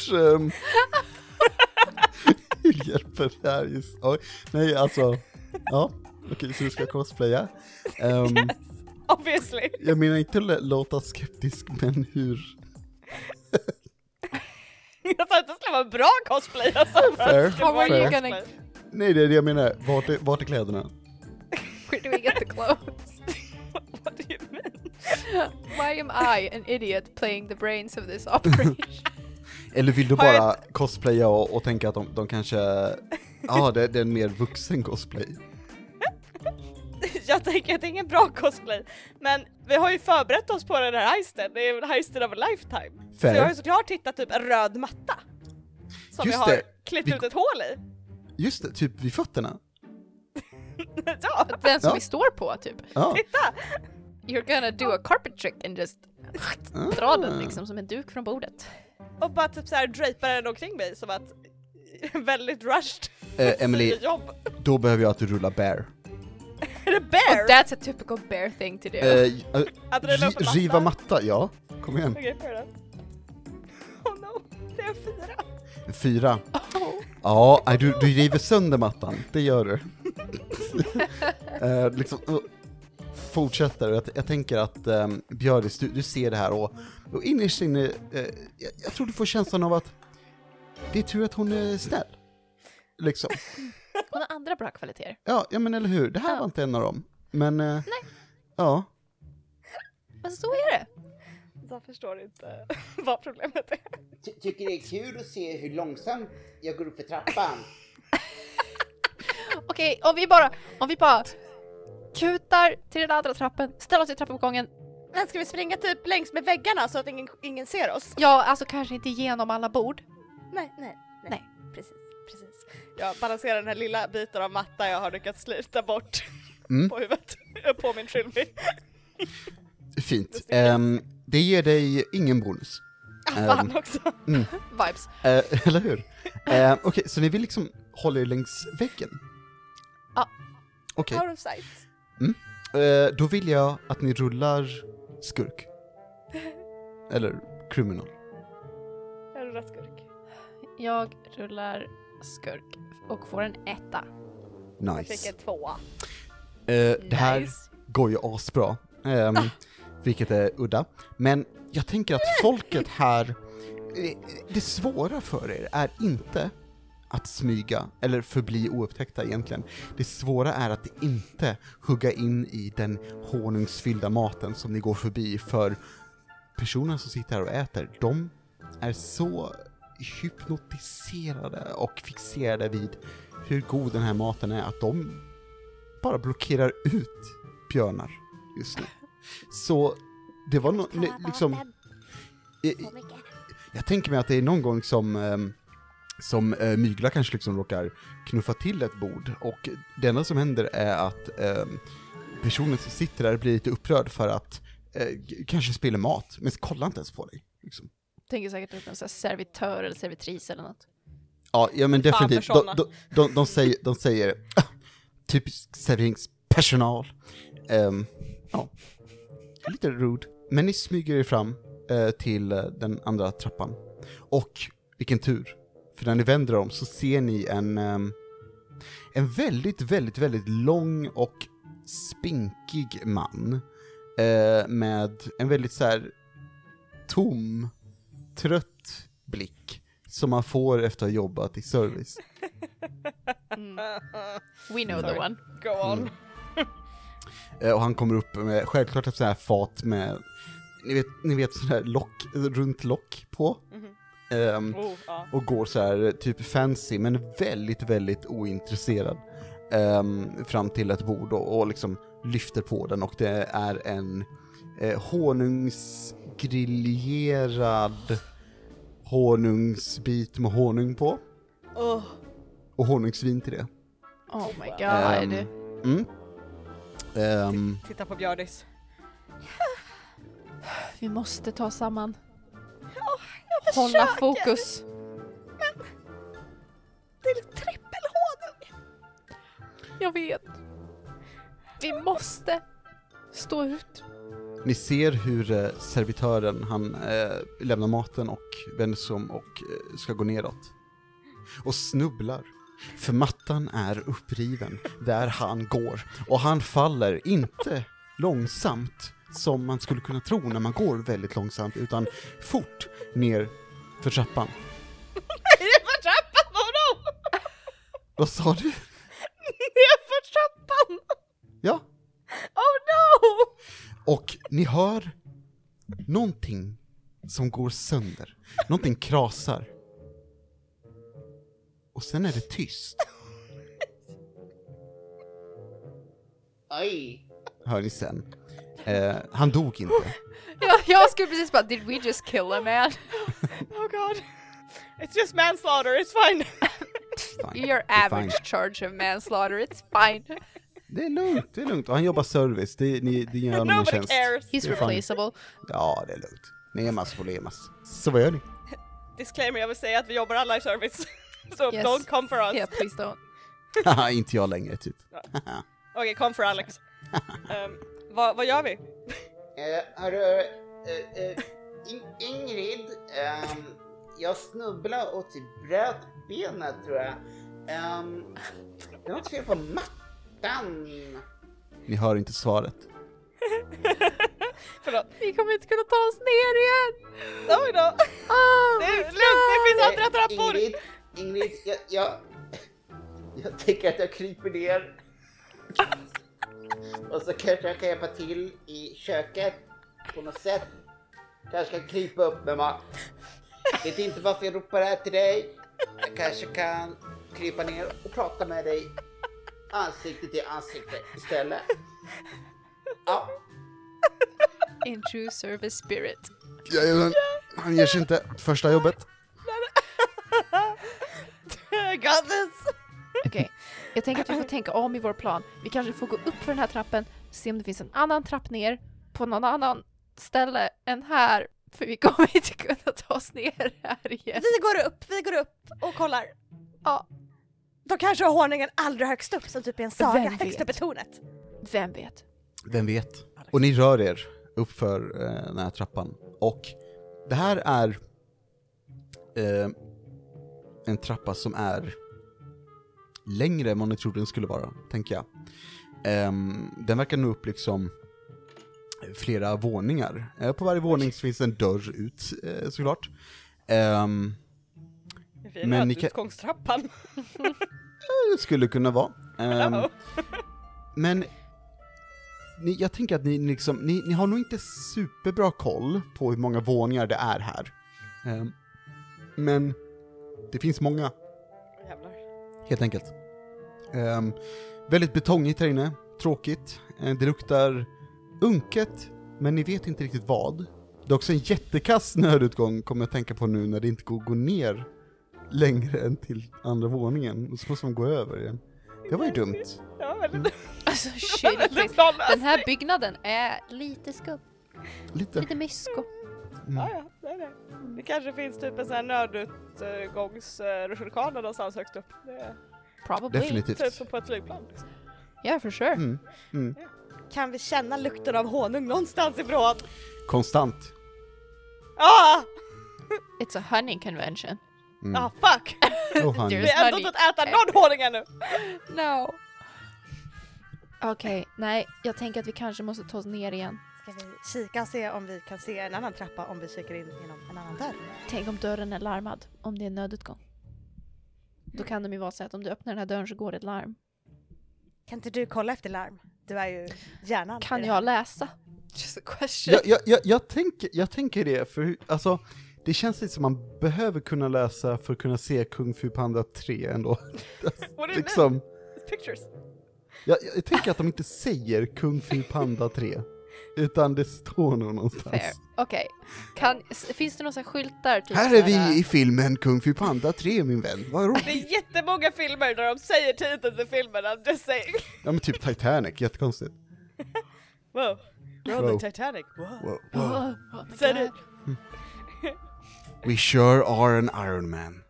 Speaker 2: Hur hjälper det här just? Oj, nej, alltså. Ja, okej, så du ska cosplaya.
Speaker 1: Yes, obviously.
Speaker 2: Jag menar inte låta skeptisk, men hur?
Speaker 1: Jag sa att det skulle vara en bra cosplay. Alltså,
Speaker 2: Fair.
Speaker 3: How are you gonna...
Speaker 2: Nej, det är det jag menar. Vart är kläderna?
Speaker 3: Where do we get the clothes?
Speaker 1: What do you mean?
Speaker 3: Why am I, an idiot, playing the brains of this operation?
Speaker 2: Eller vill du bara cosplaya och tänka att de kanske... det är en mer vuxen cosplay.
Speaker 1: Jag tänker att det är ingen bra cosplay. Men vi har ju förberett oss på den här heisten. Det är heisten of a lifetime.
Speaker 2: Fair.
Speaker 1: Så jag har ju såklart hittat typ en röd matta. Som
Speaker 2: Just
Speaker 1: vi har
Speaker 2: det.
Speaker 1: klippt ut ett hål i.
Speaker 2: Just det, typ vid fötterna.
Speaker 1: Ja,
Speaker 3: Den som
Speaker 2: Ja.
Speaker 3: vi står på, typ.
Speaker 2: Ja.
Speaker 1: titta!
Speaker 3: You're gonna do a carpet trick and just dra den liksom som en duk från bordet.
Speaker 1: Och bara typ så här drapar den omkring mig som att väldigt rushed
Speaker 2: Emily,
Speaker 1: jobb.
Speaker 2: då behöver jag att du rullar bear.
Speaker 1: Är det bear?
Speaker 3: That's a typical bear thing to do.
Speaker 1: Att rulla upp en matta?
Speaker 2: Riva matta, ja. Kom igen.
Speaker 1: Okej, fair enough. Oh no, det är 4.
Speaker 2: 4.
Speaker 3: Oh.
Speaker 2: Ja, nej, du river sönder mattan. Det gör du. Fortsätter. Jag tänker att Björdis, du ser det här och innerst inne, jag tror du får känslan av att det är tur att hon är snäll. Liksom.
Speaker 3: Hon har andra bra kvaliteter.
Speaker 2: Ja, men eller hur? Det här var inte en av dem. Men, nej. Ja.
Speaker 3: Men så är det.
Speaker 1: Jag förstår inte vad problemet är.
Speaker 4: Tycker det är kul att se hur långsamt jag går upp för trappan.
Speaker 3: Okej, om vi bara kutar till den andra trappen, ställer oss i trappuppgången.
Speaker 1: Men ska vi springa typ längs med väggarna så att ingen ser oss?
Speaker 3: Ja, alltså kanske inte genom alla bord.
Speaker 1: Nej.
Speaker 3: Nej.
Speaker 1: Precis. Jag balanserar den här lilla biten av matta jag har lyckats slita bort på huvudet. På min trilby.
Speaker 2: Fint. Det ger dig ingen bonus.
Speaker 1: Fan också.
Speaker 3: Vibes.
Speaker 2: Eller hur? Okej, så ni vill liksom hålla er längs väggen?
Speaker 3: Ja.
Speaker 2: Okej.
Speaker 1: Out of sight.
Speaker 2: Då vill jag att ni rullar skurk. Eller criminal.
Speaker 1: Jag rullar skurk.
Speaker 3: Jag rullar skurk och får en 1.
Speaker 1: Jag fick
Speaker 2: Nice.
Speaker 1: en 2.
Speaker 2: Det här går ju asbra. Vilket är udda. Men jag tänker att folket här, det svåra för er är inte att smyga eller förbli oupptäckta egentligen. Det svåra är att inte hugga in i den honungsfyllda maten som ni går förbi, för personerna som sitter här och äter, de är så hypnotiserade och fixerade vid hur god den här maten är att bara blockerar ut björnar just nu. Så det var liksom... Jag tänker mig att det är någon gång som Mygla kanske liksom råkar knuffa till ett bord, och det enda som händer är att personen som sitter där blir lite upprörd för att kanske spiller mat, men kollar inte ens på dig. Liksom.
Speaker 3: Tänker säkert ut en sån här servitör eller servitris eller något.
Speaker 2: Ja, men definitivt. De säger typisk serveringspersonal. Ja, lite rude. Men ni smyger er fram till den andra trappan. Och vilken tur. För när ni vänder om så ser ni en väldigt, väldigt, väldigt lång och spinkig man. Med en väldigt så här tom, trött blick som man får efter att ha jobbat i service.
Speaker 3: We know the one.
Speaker 1: Go on.
Speaker 2: Och han kommer upp med självklart ett sånt här fat med ni vet sån här runt lock på. Och går så här typ fancy men väldigt, väldigt ointresserad fram till ett bord och liksom lyfter på den, och det är en honungsgriljerad honungsbit med honung på. Och honungsvin till det.
Speaker 3: Oh my god.
Speaker 1: Titta på Björdis.
Speaker 3: Vi måste ta samman. Hålla fokus.
Speaker 1: Men det är trippelhonung.
Speaker 3: Jag vet. Vi måste stå ut.
Speaker 2: Ni ser hur servitören, han lämnar maten och vänder sig om och ska gå neråt. Och snubblar. För mattan är uppriven där han går. Och han faller inte långsamt som man skulle kunna tro när man går väldigt långsamt, utan fort ner för trappan.
Speaker 1: Ner för trappan? Oh no!
Speaker 2: Vad sa du?
Speaker 1: Ner för trappan!
Speaker 2: Ja.
Speaker 1: Oh no!
Speaker 2: Och ni hör någonting som går sönder. Någonting krasar. Och sen är det tyst.
Speaker 4: Oj.
Speaker 2: Hör ni sen. Han dog inte.
Speaker 3: Jag skulle precis bara, did we just kill a man?
Speaker 1: Oh god. It's just manslaughter, it's fine.
Speaker 3: Your average charge of manslaughter, it's fine.
Speaker 2: Det är lugnt. Och han jobbar service. Ni gör honom en
Speaker 1: Nobody
Speaker 2: tjänst.
Speaker 1: cares.
Speaker 3: He's replaceable.
Speaker 2: Ja, det är lugnt. Nemas problemas. Så vad gör ni?
Speaker 1: Disclaimer, jag vill säga att vi jobbar alla i service. So
Speaker 3: Yes.
Speaker 1: don't come for us.
Speaker 3: Yeah, please don't.
Speaker 2: Haha, inte jag längre typ.
Speaker 1: Okej, come for Alex. Vad gör vi?
Speaker 4: Hörru, Ingrid, jag snubblade och typ bröt benet tror jag. Det var något fel på mattan.
Speaker 2: Ni hör inte svaret.
Speaker 1: Förlåt.
Speaker 3: Vi kommer inte kunna ta oss ner igen.
Speaker 1: Oj då. Det är lugnt, det finns andra trappor.
Speaker 4: Ingrid, jag tänker att jag kryper ner. Och så kanske jag kan hjälpa till i köket på något sätt. Kanske kan krypa upp med mat. Vet inte varför jag ropar här till dig. Jag kanske kan krypa ner och prata med dig ansikte till ansikte istället. Ja.
Speaker 3: In true service spirit.
Speaker 2: Jajamän. Han ger sig inte. Första jobbet.
Speaker 1: I got this.
Speaker 3: Okej, jag tänker att vi får tänka om i vår plan. Vi kanske får gå upp för den här trappen, se om det finns en annan trapp ner på någon annan ställe än här. För vi kommer inte kunna ta oss ner här igen.
Speaker 1: Vi går upp och kollar.
Speaker 3: Ja.
Speaker 1: Då kanske har honungen allra högst upp, som typ i en saga,
Speaker 3: Vem
Speaker 1: högst
Speaker 3: vet?
Speaker 1: upp i tornet.
Speaker 3: Vem vet?
Speaker 2: Vem vet? Och ni rör er upp för den här trappan. Och det här är en trappa som är längre än vad ni trodde den skulle vara, tänker jag. Den verkar nå upp liksom flera våningar. På varje våning finns en dörr ut, såklart. Men ni kan...
Speaker 1: Utgångstrappan.
Speaker 2: Det skulle kunna vara. Men jag tänker att ni har nog inte superbra koll på hur många våningar det är här. Men det finns många.
Speaker 1: Jävlar.
Speaker 2: Helt enkelt. Väldigt betongigt här inne, tråkigt. Det luktar unket, men ni vet inte riktigt vad. Det är också en jättekass nödutgång, kommer jag tänka på nu, när det inte går att gå ner längre än till andra våningen. Och så måste man gå över igen. Det var ju dumt.
Speaker 1: Ja, väldigt.
Speaker 3: Alltså shit, den här byggnaden är lite skum. Lite mysko.
Speaker 1: Ja, det. Det kanske finns typ en sån här nödutgångsrutschkana någonstans högst upp. Det
Speaker 3: Probably.
Speaker 2: Definitivt.
Speaker 1: typ som på ett flygplan.
Speaker 3: Yeah, for sure.
Speaker 1: Kan vi känna lukten av honung någonstans ifrån?
Speaker 2: Konstant.
Speaker 1: Ah!
Speaker 3: It's a honey convention.
Speaker 1: Ah, fuck!
Speaker 2: Oh, honey.
Speaker 1: Vi har ändå inte äta någon honung ännu!
Speaker 3: No. Okej, nej. Jag tänker att vi kanske måste ta oss ner igen.
Speaker 1: Ska vi kika och se om vi kan se en annan trappa om vi kikar in genom en annan dörr?
Speaker 3: Tänk om dörren är larmad. Om det är nödutgång. Då kan det ju vara så att om du öppnar den här dörren så går det ett larm.
Speaker 1: Kan inte du kolla efter larm? Du är ju hjärnan.
Speaker 3: Kan jag läsa? Just a question.
Speaker 2: Jag tänker det, för alltså, det känns lite som man behöver kunna läsa för att kunna se Kung Fu Panda 3 ändå. Liksom.
Speaker 1: Pictures.
Speaker 2: Jag tänker att de inte säger Kung Fu Panda 3, utan det står nog någonstans.
Speaker 3: Fair. Okej. Finns det några skyltar? Typ
Speaker 2: Här är vi i filmen Kung Fu Panda 3, min vän. Vad roligt.
Speaker 1: Det är jättemånga filmer där de säger titeln till filmen, I'm just saying.
Speaker 2: Ja, men typ Titanic, jättekonstigt.
Speaker 1: Wow. We're on the Titanic. Wow.
Speaker 3: Oh my
Speaker 1: Said
Speaker 3: God.
Speaker 1: it.
Speaker 2: We sure are an Iron Man.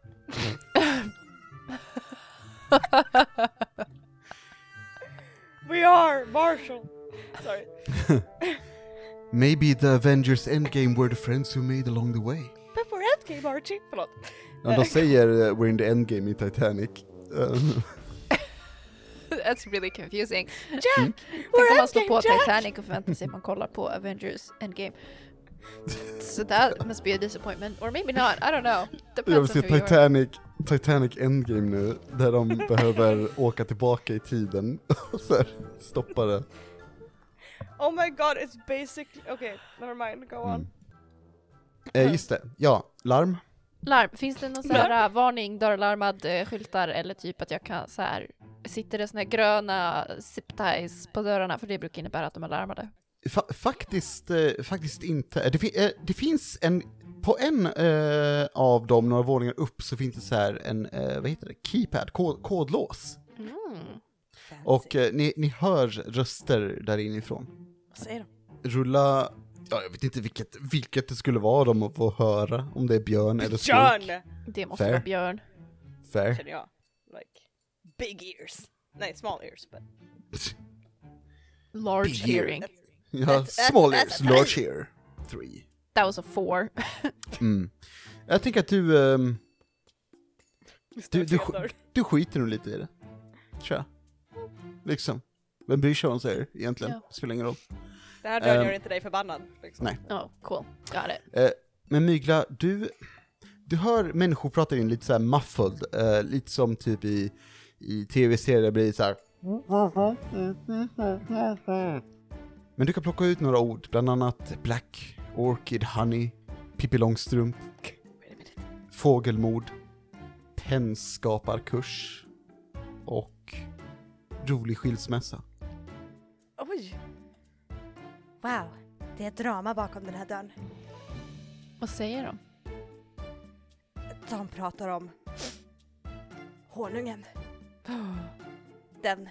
Speaker 1: We are Marshall. Sorry.
Speaker 2: Maybe the Avengers Endgame were the friends who made along the way.
Speaker 1: But we're Endgame, Archie. Förlåt.
Speaker 2: Ja, de säger we're in the Endgame i Titanic.
Speaker 3: That's really confusing.
Speaker 1: Jack,
Speaker 3: Tänk om man slår på Titanic och förväntar sig att man kollar på Avengers Endgame. So that must be a disappointment. Or maybe not, I don't know.
Speaker 2: Jag vill
Speaker 3: Depends
Speaker 2: se
Speaker 3: on who you are.
Speaker 2: Titanic Endgame nu, där de behöver åka tillbaka i tiden och så här stoppa det.
Speaker 1: Oh my god, it's basically... Okay, never mind, go on.
Speaker 2: Just det, ja, larm.
Speaker 3: Larm. Finns det någon sån här varning, dörrlarmad skyltar eller typ att jag kan så här, sitter det såna här gröna zip ties på dörrarna, för det brukar innebära att de är larmade.
Speaker 2: Faktiskt inte. Det finns på en av dem, några våningar upp, så finns det så här en, vad heter det, keypad, kodlås. Och ni hör röster där inifrån.
Speaker 1: Vad säger de?
Speaker 2: Rulla, ja, jag vet inte vilket det skulle vara de att få höra, om det är björn eller skog.
Speaker 1: Björn!
Speaker 3: Det måste
Speaker 2: Fair.
Speaker 3: vara björn.
Speaker 2: Fair.
Speaker 1: Känner jag. Like, big ears. Nej, small ears, but...
Speaker 3: Large
Speaker 2: Big ear.
Speaker 3: hearing.
Speaker 2: Ja, small ears, large ear. 3.
Speaker 3: That was a 4.
Speaker 2: Jag tänker att du skiter nog lite i det. Tja. Liksom. Vem bryr sig om säger egentligen?
Speaker 3: Ja.
Speaker 2: Spelar ingen roll.
Speaker 1: Det här dörren gör inte dig förbannad. Liksom.
Speaker 2: Nej.
Speaker 3: Oh, cool. Got it.
Speaker 2: Men Mygla, du hör människor prata in lite så här muffled. Lite som typ i tv-serier det blir så här. Men du kan plocka ut några ord. Bland annat Black, Orchid, Honey, Pippi Långstrump, Fågelmord, Pennskaparkurs och rolig skilsmässa.
Speaker 1: Oj! Wow, det är ett drama bakom den här dörren.
Speaker 3: Vad säger de?
Speaker 1: De pratar om honungen. Den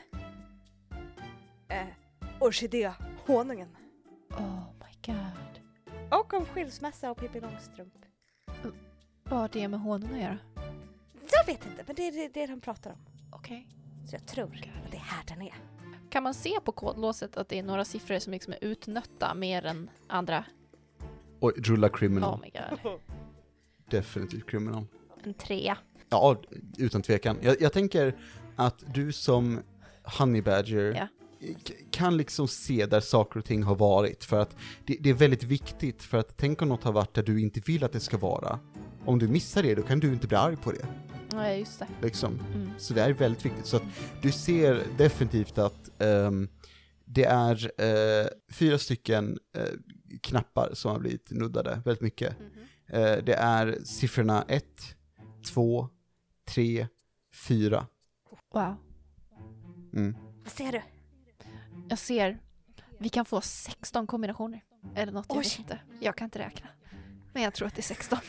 Speaker 1: orkidé-honungen.
Speaker 3: Oh my god.
Speaker 1: Och om skilsmässa och Pippi Långstrump.
Speaker 3: Vad har det med honung att göra?
Speaker 1: Jag vet inte, men det är det de pratar om.
Speaker 3: Okej.
Speaker 1: Så jag tror att det är här den är.
Speaker 3: Kan man se på kodlåset att det är några siffror som liksom är utnötta mer än andra?
Speaker 2: Oj, rulla criminal.
Speaker 3: Oh my god.
Speaker 2: Definitivt criminal.
Speaker 3: En 3.
Speaker 2: Ja, utan tvekan. Jag tänker att du som Honey Badger kan liksom se där saker och ting har varit. För att det är väldigt viktigt. För att tänk om något har varit där du inte vill att det ska vara. Om du missar det, då kan du inte bli arg på det.
Speaker 3: Ja, just det.
Speaker 2: Liksom. Så det är väldigt viktigt. Så att du ser definitivt att det är 4 stycken knappar som har blivit nuddade väldigt mycket. Det är siffrorna 1, 2, 3, 4.
Speaker 3: Wow.
Speaker 1: Vad ser du?
Speaker 3: Jag ser, vi kan få 16 kombinationer. Eller något, jag
Speaker 1: Oj.
Speaker 3: vet inte. Jag kan inte räkna. Men jag tror att det är 16.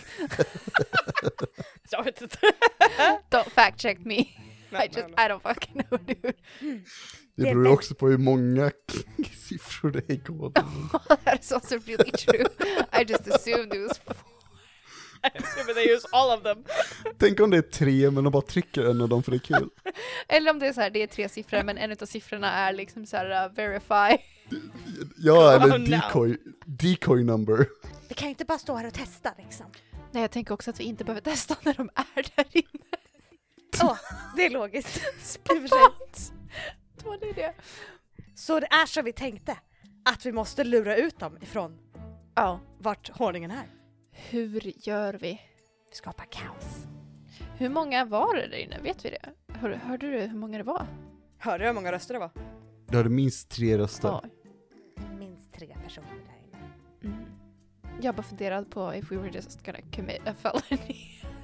Speaker 1: Jag vet inte.
Speaker 3: Don't fact check me.
Speaker 1: Nej,
Speaker 3: I don't fucking know, dude.
Speaker 2: Det beror ju också på hur många siffror det är i koden.
Speaker 3: That's also really true. I just assumed it was 4.
Speaker 1: I assume they use all of them.
Speaker 2: Tänk om det är 3 men de bara trycker en av dem för det är kul.
Speaker 3: Eller om det är så här, det är 3 siffror men en av siffrorna är liksom så här verify.
Speaker 2: Ja, eller
Speaker 1: no.
Speaker 2: decoy number.
Speaker 1: Vi kan ju inte bara stå här och testa liksom.
Speaker 3: Nej, jag tänker också att vi inte behöver testa när de är där inne.
Speaker 1: Det är logiskt.
Speaker 3: Spontant. Det var det.
Speaker 1: Så det är så vi tänkte. Att vi måste lura ut dem ifrån
Speaker 3: Ja.
Speaker 1: vart honungen är.
Speaker 3: Hur gör vi?
Speaker 1: Skapa kaos.
Speaker 3: Hur många var det där inne? Vet vi det? Hörde du hur många det var?
Speaker 1: Hörde du hur många röster det var?
Speaker 2: Du hade minst 3 röster.
Speaker 3: Ja.
Speaker 1: Minst 3 personer där inne.
Speaker 3: Mm. Jag bara funderade på if we were just gonna commit a felony.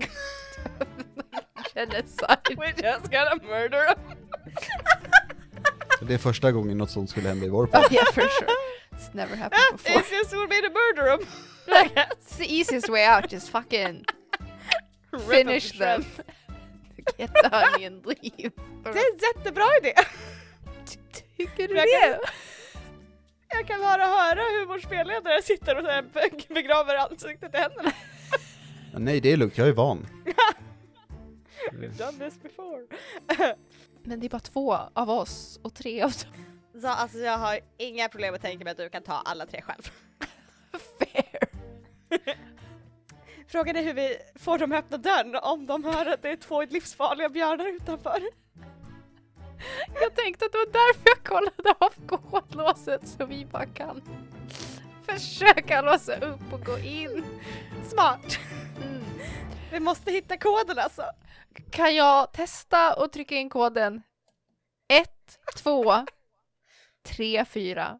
Speaker 3: Genocide.
Speaker 1: We're just gonna murder them.
Speaker 2: Det är första gången något sånt skulle hända i vår podd.
Speaker 3: Oh, yeah, for sure. It's never happened before.
Speaker 1: Easiest would be to murder them.
Speaker 3: It's the easiest way out. Just fucking finish them. Get the honey and leave.
Speaker 1: Det är en jättebra idé.
Speaker 3: Tycker du
Speaker 1: Jag
Speaker 3: det?
Speaker 1: Jag kan bara höra hur vår spelledare sitter och så här begraver ansiktet i händerna.
Speaker 2: Ja, nej, det är lugnt. Jag är van.
Speaker 1: We've done this before.
Speaker 3: Men det är bara 2 av oss och 3 av dem.
Speaker 1: Så alltså jag har inga problem att tänka mig att du kan ta alla 3 själv.
Speaker 3: Fair.
Speaker 1: Frågan är hur vi får dem att öppna dörren om de hör att det är 2 livsfarliga björnar utanför.
Speaker 3: Jag tänkte att det var därför jag kollade av kodlåset så vi bara kan försöka låsa upp och gå in.
Speaker 1: Smart.
Speaker 3: Mm.
Speaker 1: Vi måste hitta koden alltså.
Speaker 3: Kan jag testa och trycka in koden 1, 2, 3, 4?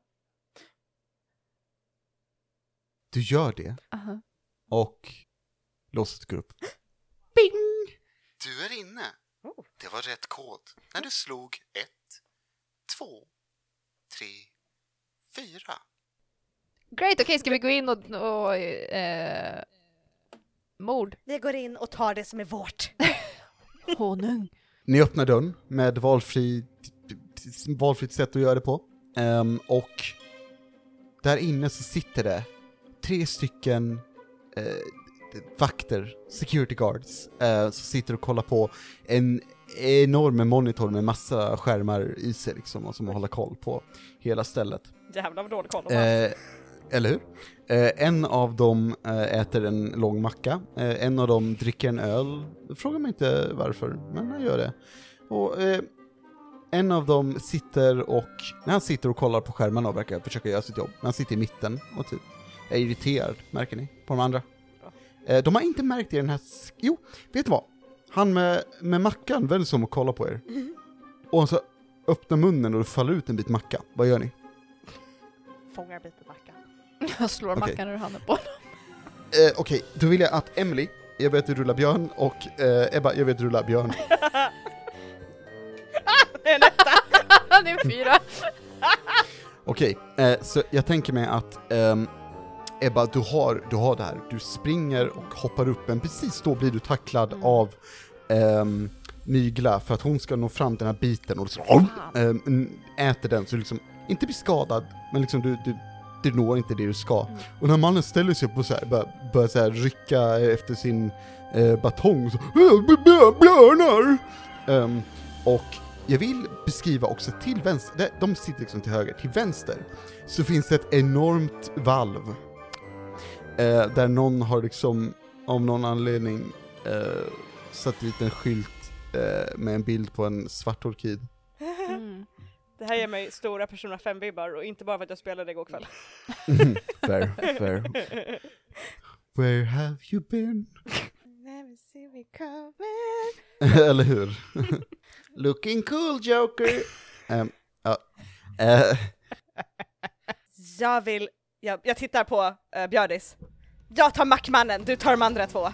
Speaker 2: Du gör det.
Speaker 3: Uh-huh.
Speaker 2: Och låset går upp. Bing! Du är inne. Det var rätt kod. När du slog 1, 2, 3, 4.
Speaker 3: Great, okej, ska vi gå in och mord?
Speaker 1: Vi går in och tar det som är vårt.
Speaker 3: Honung.
Speaker 2: Ni öppnar dörren med valfritt sätt att göra det på. Och där inne så sitter det 3 stycken vakter, security guards, som sitter och kollar på en enorm monitor med massa skärmar i sig liksom, och som håller koll på hela stället.
Speaker 1: Jävlar vad dålig koll.
Speaker 2: Eller hur? En av dem äter en lång macka. En av dem dricker en öl. Frågar mig inte varför, men han gör det. Och en av dem sitter och... När han sitter och kollar på skärmarna och verkar försöka göra sitt jobb. Men han sitter i mitten och typ är irriterad, märker ni? På de andra. De har inte märkt det i den här... Jo, vet du vad? Han med mackan vänder sig om och kollar på er. Och han så öppnar munnen och det faller ut en bit macka. Vad gör ni?
Speaker 1: Fångar biten macka.
Speaker 3: Jag slår
Speaker 2: Okej.
Speaker 3: mackan ur handen på honom.
Speaker 2: Okej, då vill jag att Emily, jag vet att du rullar björn, och Ebba, jag vet att du rullar björn.
Speaker 1: Det är en etta.
Speaker 3: Det är 4.
Speaker 2: Okej, så jag tänker mig att Ebba, du har det här. Du springer och hoppar upp, men precis då blir du tacklad av Mygla för att hon ska nå fram den här biten och så äter den, så liksom inte blir skadad, men liksom du når inte det du ska. Och när mannen ställer sig upp och så här, börjar så här rycka efter sin batong, så björnar! Och jag vill beskriva också till vänster, de sitter liksom till höger, till vänster så finns det ett enormt valv där någon har liksom av någon anledning satt dit en skylt med en bild på en svart orkid.
Speaker 1: Det här ger mig stora Persona 5-vibbar och inte bara för att jag spelade igår kväll.
Speaker 2: Fair. Where have you been?
Speaker 1: Never see me coming.
Speaker 2: Eller hur? Looking cool, Joker.
Speaker 1: Jag tittar på Björdis. Jag tar mackmannen, du tar de andra 2.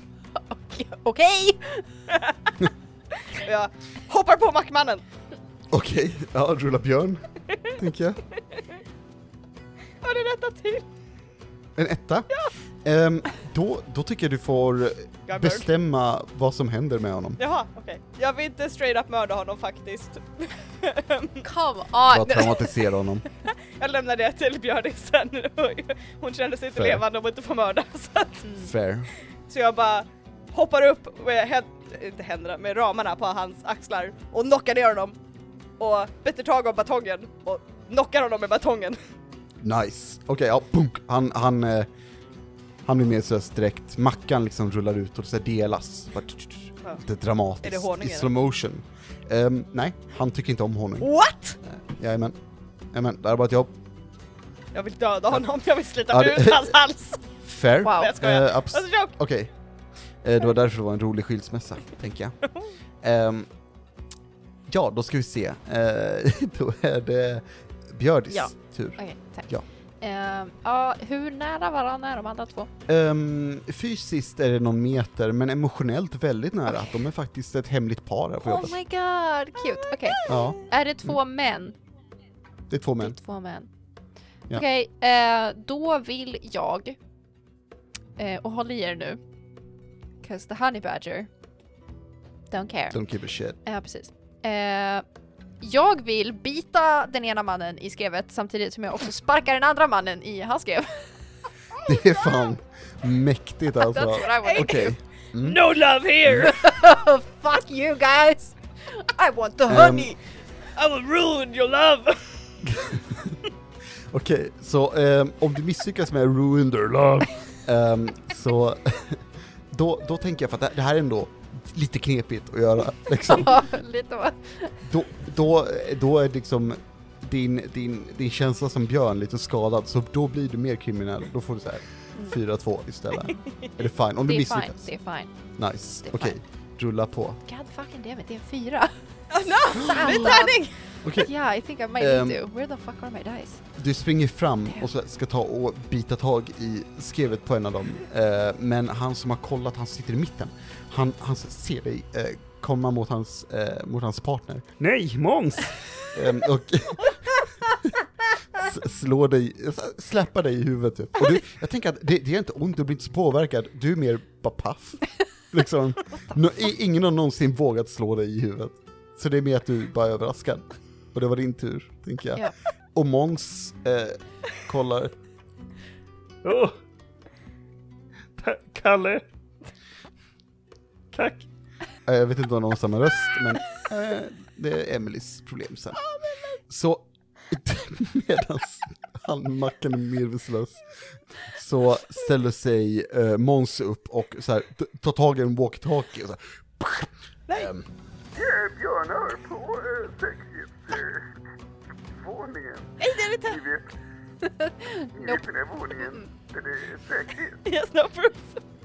Speaker 3: Okej.
Speaker 1: Jag hoppar på mackmannen.
Speaker 2: Okej, ja, rulla björn, tänker jag.
Speaker 1: Har du rättat till?
Speaker 2: En etta? Då tycker jag du får bestämma vad som händer med honom.
Speaker 1: Jaha, okej. Jag vill inte straight up mörda honom faktiskt.
Speaker 3: Come
Speaker 2: Bara
Speaker 3: on!
Speaker 2: traumatisera honom.
Speaker 1: Jag lämnar det till Björdis sen. Hon kände sig inte
Speaker 2: Fair.
Speaker 1: levande om hon inte får mörda.
Speaker 2: Fair.
Speaker 1: Så jag bara hoppar upp med inte händerna, med ramarna på hans axlar och knockar ner honom. Och byter tag av batongen och knockar honom med batongen.
Speaker 2: Nice. Okej, ja, punk. Han blir medvetslös direkt. Mackan liksom rullar ut och så delas. Lite dramatiskt.
Speaker 1: Är det honung,
Speaker 2: i slow motion. Nej, han tycker inte om honung.
Speaker 1: What?
Speaker 2: Jajamän, det är bara ett jobb.
Speaker 1: Jag vill döda honom, jag vill slita ut hans hals.
Speaker 2: Fair.
Speaker 3: Wow.
Speaker 1: Jag skojar. That's a joke.
Speaker 2: Okej. Det var därför det var en rolig skilsmässa, tänker jag. Ja, då ska vi se. Då är det Björdis tur.
Speaker 3: Okej, tack.
Speaker 2: Ja.
Speaker 3: Hur nära varandra är de andra två?
Speaker 2: Fysiskt är det någon meter, men emotionellt väldigt nära. De är faktiskt ett hemligt par här på jobbet.
Speaker 3: Oh my god, cute. Okej.
Speaker 2: Ja,
Speaker 3: Är det två män?
Speaker 2: det är 2
Speaker 3: Det är
Speaker 2: män.
Speaker 3: 2 män.
Speaker 2: Ja.
Speaker 3: Okej, då vill jag och håll i er nu. 'Cause the honey badger don't care.
Speaker 2: Don't give a shit.
Speaker 3: Ja, precis. Jag vill bita den ena mannen i skrevet samtidigt som jag också sparkar den andra mannen i hans skrev.
Speaker 2: Det är fan mäktigt alltså.
Speaker 3: That's what I want to
Speaker 2: Okej.
Speaker 1: No love here!
Speaker 3: Fuck you guys! I want the honey!
Speaker 1: I will ruin your love!
Speaker 2: Okej, så om du misslyckas med Ruin Their Love, så då tänker jag, för att det här är ändå lite knepigt att göra. Liksom.
Speaker 3: Ja, lite va.
Speaker 2: Då är liksom din känsla som björn lite skadad, så då blir du mer kriminell. Då får du så här 4-2 istället. Är det fine? Om du misslyckas?
Speaker 3: Det är fine.
Speaker 2: Nice,
Speaker 3: Det är
Speaker 2: okej.
Speaker 3: fine.
Speaker 2: Rulla på.
Speaker 3: God fucking damn it, det är en 4.
Speaker 1: No! Min tärning!
Speaker 2: Okej,
Speaker 3: Yeah, I think I might need to. Where the fuck are my dice?
Speaker 2: du springer fram och så ska ta och bita tag i skrevet på en av dem. Men han som har kollat, han sitter i mitten. Han ser dig komma mot hans partner. Nej, Måns! Och slår dig, släpar dig i huvudet typ. Och jag tänker att det är inte ont, du blir inte så påverkad. Du är mer bara paff. Liksom. Ingen har någonsin vågat slå dig i huvudet. Så det är mer att du bara är överraskad. Och det var din tur, tänker jag.
Speaker 3: Ja.
Speaker 2: Och Måns kollar.
Speaker 5: Kalle. Tack.
Speaker 2: Jag vet inte om de har samma röst, men det är Emelies problem sen. Så medan Mackan är medvetslös så ställer sig Måns upp och så här, tar tag i en walkie-talkie och så här.
Speaker 5: Björnar på säkerhetsvåningen.
Speaker 1: Nej, det är inte!
Speaker 5: Ni vet, den här våningen där det är säkerhet.
Speaker 1: Yes, no proof.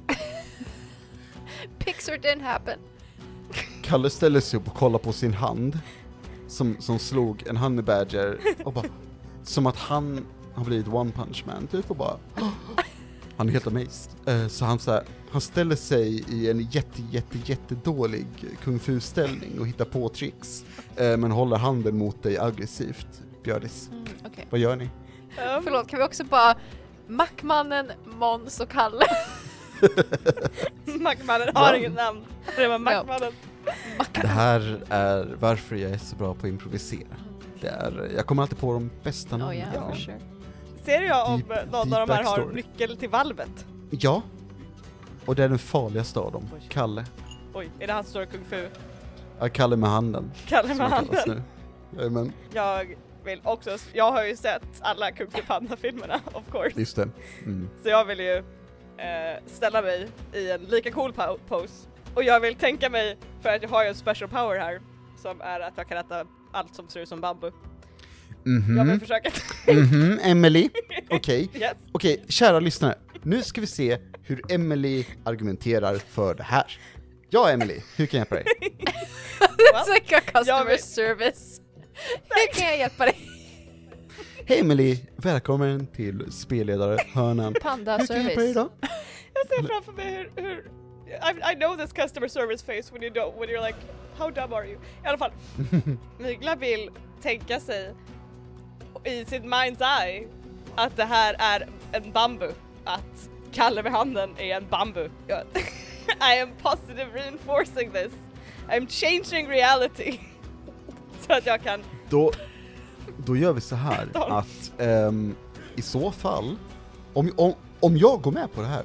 Speaker 3: Pixar didn't happen.
Speaker 2: Kalle ställer sig upp och kollar på sin hand som slog en honey badger och bara, som att han har blivit one punch man typ, och bara han är helt amazed. Så han ställer sig i en jättedålig kung fu ställning och hittar på tricks, men håller handen mot dig aggressivt. Björdis,
Speaker 3: Okej.
Speaker 2: vad gör ni?
Speaker 3: Förlåt, kan vi också bara Mackmannen, Måns och Kalle?
Speaker 1: Mackmannen har inget namn. Det var Mackmannen.
Speaker 2: Det här är varför jag är så bra på att improvisera. Jag kommer alltid på de bästa
Speaker 3: Oh
Speaker 2: namnen.
Speaker 3: yeah, for sure.
Speaker 1: Ser jag om
Speaker 2: Deep
Speaker 1: någon av de här har
Speaker 2: backstory.
Speaker 1: nyckel till valvet?
Speaker 2: Ja. Och det är den farligaste av dem. Kalle.
Speaker 1: Oj, är det han som står i kung fu?
Speaker 2: Ja, Kalle med handen.
Speaker 1: Kalle
Speaker 2: som
Speaker 1: med
Speaker 2: han kallas
Speaker 1: handen.
Speaker 2: nu. Jajamän,
Speaker 1: Jag har ju sett alla Kung Fu Panda-filmerna, of course.
Speaker 2: just det. Mm.
Speaker 1: Så jag vill ju ställa mig i en lika cool pose. Och jag vill tänka mig, för att jag har ju en special power här, som är att jag kan äta allt som ser ut som bambu. Jag vill försöka.
Speaker 2: Emily. Okej.
Speaker 1: Yes.
Speaker 2: Okej, kära lyssnare. Nu ska vi se hur Emily argumenterar för det här. Ja, Emily, hur kan jag hjälpa dig?
Speaker 3: It's like a
Speaker 1: Jag
Speaker 3: customer
Speaker 1: vill-
Speaker 3: service. Hur kan jag hjälpa dig?
Speaker 2: Hej Emily, välkommen till spelledare-hörnan.
Speaker 3: Panda
Speaker 2: Hur kan jag hjälpa dig
Speaker 3: service.
Speaker 2: idag?
Speaker 1: Jag ser framför mig hur I know this customer service face when you're like, How dumb are you? I alla fall, Mygla vill tänka sig i sitt mind's eye att det här är en bambu. Att Kalle med handen är en bambu. I am positive reinforcing this. I'm changing reality. Så att jag kan...
Speaker 2: Då gör vi så här att i så fall, om jag går med på det här,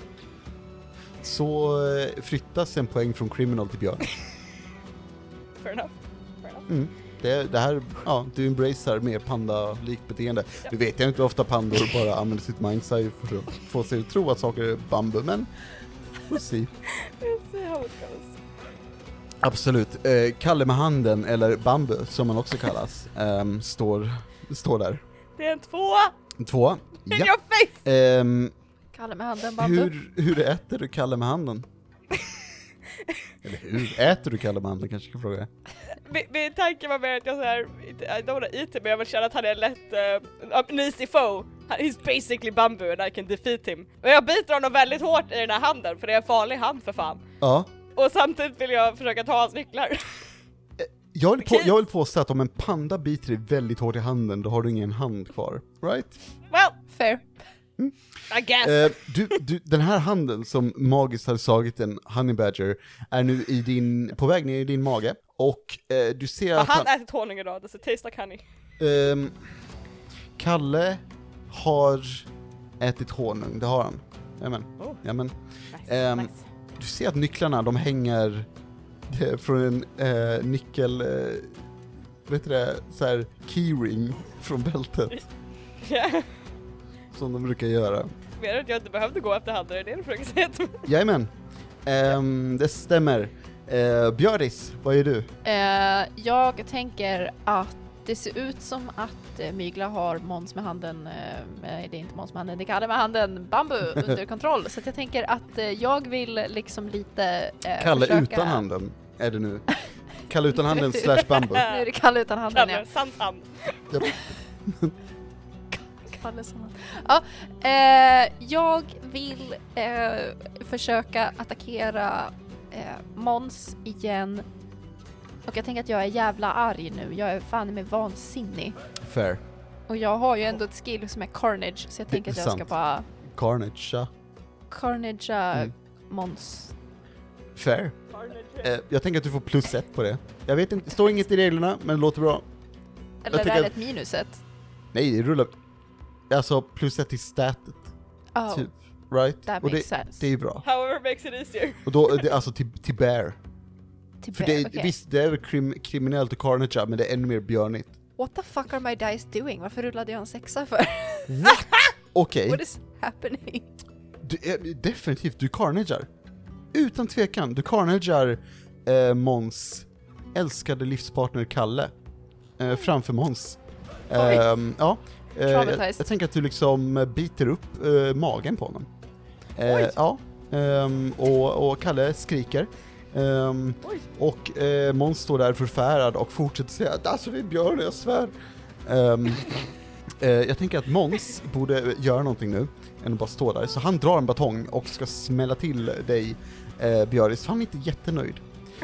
Speaker 2: så flyttas en poäng från criminal till björn.
Speaker 1: Fair enough.
Speaker 2: Det här, ja, du embracear mer panda-likt beteende. Ja. Du vet jag inte hur ofta pandor bara använder sitt mindset för att få sig att tro att saker är bambu, men we'll see.
Speaker 1: We'll see how it goes.
Speaker 2: Absolut. Kalle med handen, eller bambu som man också kallas, står där.
Speaker 1: Det är en 2!
Speaker 2: En 2?
Speaker 1: In your face!
Speaker 3: Kalle med handen, bambu.
Speaker 2: Hur äter du Kalle med handen? Eller hur äter du Kalle med handen, kanske kan fråga.
Speaker 1: Min tanke var mer att jag såhär, I don't wanna eat him, men jag vill känna att han är lätt an easy foe. He's basically bamboo and I can defeat him. Men jag biter honom väldigt hårt i den här handen, för det är en farlig hand för fan.
Speaker 2: Ja.
Speaker 1: Och samtidigt vill jag försöka ta hans nycklar.
Speaker 2: Jag vill påstå att om en panda biter dig väldigt hårt i handen, då har du ingen hand kvar. Right?
Speaker 1: Well,
Speaker 3: fair.
Speaker 1: I guess.
Speaker 2: Den här handen som magiskt hade slagit en honey badger är nu på väg ner i din mage. Och du ser att
Speaker 1: han ätit honung idag, does it taste like honey?
Speaker 2: Kalle har ätit honung, det har han. Jamen.
Speaker 1: Oh.
Speaker 2: Jamen.
Speaker 1: Nice.
Speaker 2: Du ser att nycklarna, de hänger från en nyckel, vet du det, så här keyring från bältet.
Speaker 1: Yeah.
Speaker 2: Som de brukar göra.
Speaker 1: Menar att jag inte behövde gå efter handen, är det du försöker säga till mig?
Speaker 2: Jajamän. Det stämmer. Björdis, vad är du?
Speaker 3: Jag tänker att det ser ut som att Mygla har Måns med handen, det är inte Måns med handen, det Kalle med handen, bambu under kontroll. Så att jag tänker att jag vill liksom lite
Speaker 2: Kalle
Speaker 3: försöka...
Speaker 2: utan handen är det nu. Kalle utan handen / bambu.
Speaker 3: Nu är det Kalle utan handen,
Speaker 1: Kalle, sans hand.
Speaker 2: Japp.
Speaker 3: Kalle utan hand. Ja, jag vill försöka attackera Måns igen. Och jag tänker att jag är jävla arg nu. Jag är fan med vansinnig.
Speaker 2: Fair.
Speaker 3: Och jag har ju ändå ett skill som är Carnage. Så jag tänker att jag ska bara... Carnagea Måns.
Speaker 2: Fair. Jag tänker att du får +1 på det. Jag vet inte, det står inget i reglerna, men det låter bra.
Speaker 3: Eller är det ett -1?
Speaker 2: Nej, det rullar. Alltså +1 i statet.
Speaker 3: Oh,
Speaker 2: typ. Right?
Speaker 3: that
Speaker 2: och
Speaker 3: makes sense.
Speaker 2: det är ju bra.
Speaker 1: However makes it easier.
Speaker 2: Och då, det, alltså till bear. För det,
Speaker 3: okay.
Speaker 2: Visst, det är väl kriminellt och carnage, men det är ännu mer björnigt.
Speaker 3: What the fuck are my dice doing? Varför rullade jag en 6 för?
Speaker 2: What? Okej.
Speaker 3: What is happening?
Speaker 2: Definitivt, du carnagear. Utan tvekan, du carnagear Måns älskade livspartner Kalle framför Måns. Ja. Jag tänker att du liksom biter upp magen på honom. Ja. Och Kalle skriker. Och Måns står där förfärad och fortsätter säga alltså det är björn, jag svär. Jag tänker att Måns borde göra någonting nu än att bara stå där. Så han drar en batong och ska smälla till dig, Björis. Han är inte jättenöjd.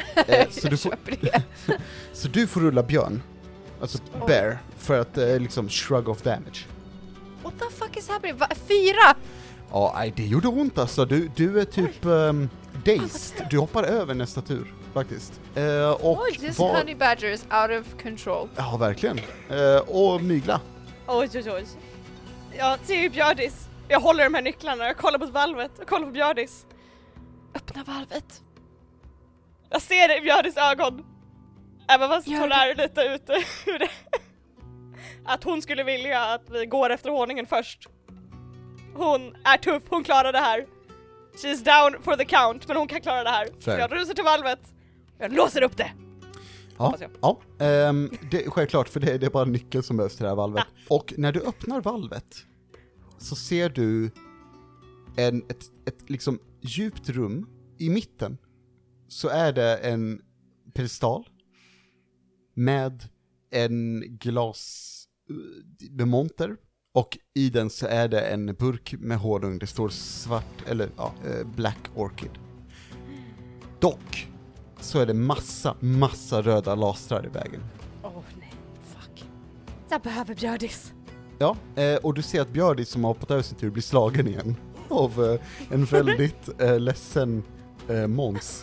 Speaker 2: Så du får rulla björn. Alltså bear. För att liksom shrug off damage.
Speaker 3: What the fuck is happening? 4!
Speaker 2: Ja, nej, det gjorde ont alltså. Du är typ dazed. Du hoppar över nästa tur, faktiskt. Och
Speaker 3: this honey badger is out of control.
Speaker 2: Ja, verkligen. Och mygla.
Speaker 1: Oj. Jag ser ju Björdis. Jag håller de här nycklarna. Jag kollar på valvet. Jag kollar på Björdis.
Speaker 3: Öppna valvet.
Speaker 1: Jag ser det i Björdis ögon. Även fast hon är lite ute ur det. Att hon skulle vilja att vi går efter honungen först. Hon är tuff, hon klarar det här. She's down for the count, men hon kan klara det här. Så jag rusar till valvet. Jag låser upp det.
Speaker 2: Ja, det är självklart, för det är bara nyckeln som behövs till det här valvet. Ja. Och när du öppnar valvet så ser du ett liksom djupt rum. I mitten så är det en pedestal med en glasmonter. Och i den så är det en burk med honung. Det står svart, eller black orchid. Dock så är det massa röda lastrar i vägen.
Speaker 1: Nej. Fuck. Jag behöver Björdis.
Speaker 2: Ja, och du ser att Björdis som har hoppat över sin tur blir slagen igen av en väldigt ledsen Måns.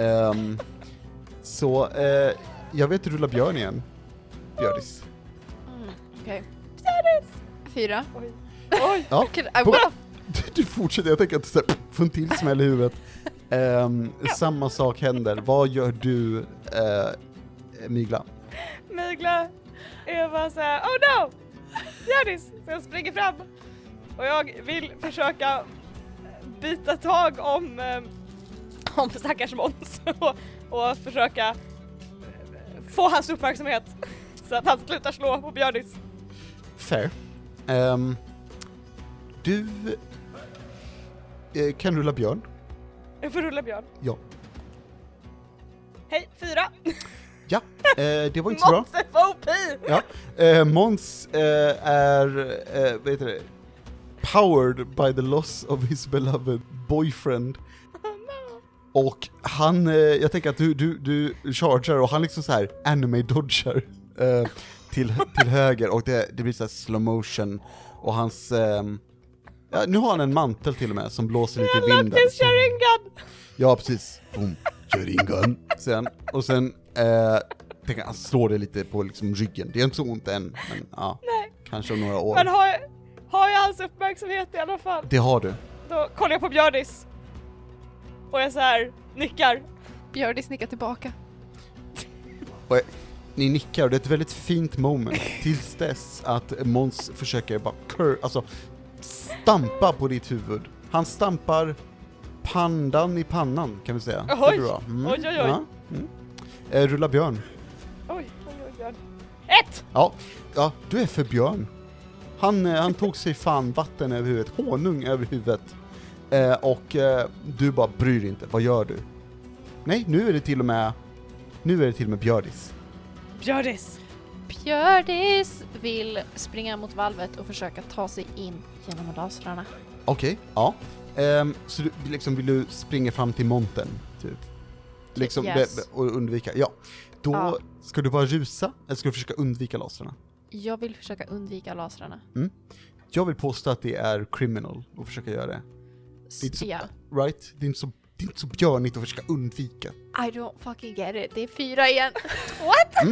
Speaker 2: Så jag vet rulla björn igen. Björdis.
Speaker 3: Okej. 4.
Speaker 1: Oj.
Speaker 2: Ja,
Speaker 3: I will.
Speaker 2: du fortsätter, jag tänker att du får en till smäll i huvudet. Samma sak händer. Vad gör du, Mygla?
Speaker 1: Mygla är bara såhär, oh no! Björdis! Så jag springer fram. Och jag vill försöka byta tag om stackars Måns och försöka få hans uppmärksamhet så att han slutar slå på Björdis.
Speaker 2: Fair. Du kan rulla björn.
Speaker 1: Jag får rulla björn.
Speaker 2: Ja.
Speaker 1: Hej, 4!
Speaker 2: Ja, det var inte så bra.
Speaker 1: Måns FOP!
Speaker 2: Ja, Måns är, vad heter det? Powered by the loss of his beloved boyfriend. Och han, jag tänker att du chargear och han liksom så här anime-dodgar till höger och det blir så här slow motion och hans, ja, nu har han en mantel till och med som blåser lite i vinden.
Speaker 1: His Sharingan!
Speaker 2: Ja, precis. Boom, Sharingan. Och sen tänker han slår det lite på liksom ryggen. Det är inte så ont än, men ja, kanske om några år.
Speaker 1: Men har jag hans uppmärksamhet i alla fall?
Speaker 2: Det har du.
Speaker 1: Då kollar jag på Björdis. Och jag så här nickar.
Speaker 3: Björdis nickar tillbaka.
Speaker 2: Och ni nickar och det är ett väldigt fint moment tills dess att Måns försöker bara stampa på ditt huvud. Han stampar pandan i pannan, kan vi säga.
Speaker 1: Oj.
Speaker 2: Det är bra.
Speaker 1: Oj.
Speaker 2: Ja. Rulla björn.
Speaker 1: Oj. 1!
Speaker 2: Ja, du är för björn. Han tog sig fan vatten över huvudet, honung över huvudet. Och du bara bryr inte. Vad gör du? Nej, nu är det till och med Björdis.
Speaker 3: Björdis vill springa mot valvet och försöka ta sig in genom lasrarna.
Speaker 2: Okej, ja. Så du, liksom, vill du springa fram till monten, typ? Liksom,
Speaker 3: Yes.
Speaker 2: och undvika, ja. Då ska du bara rusa, eller ska du försöka undvika lasrarna?
Speaker 3: Jag vill försöka undvika lasrarna.
Speaker 2: Jag vill påstå att det är criminal att försöka göra det. Det är inte så, right? Det är inte så björnigt att försöka undvika.
Speaker 3: I don't fucking get it. Det är 4 igen.
Speaker 1: What?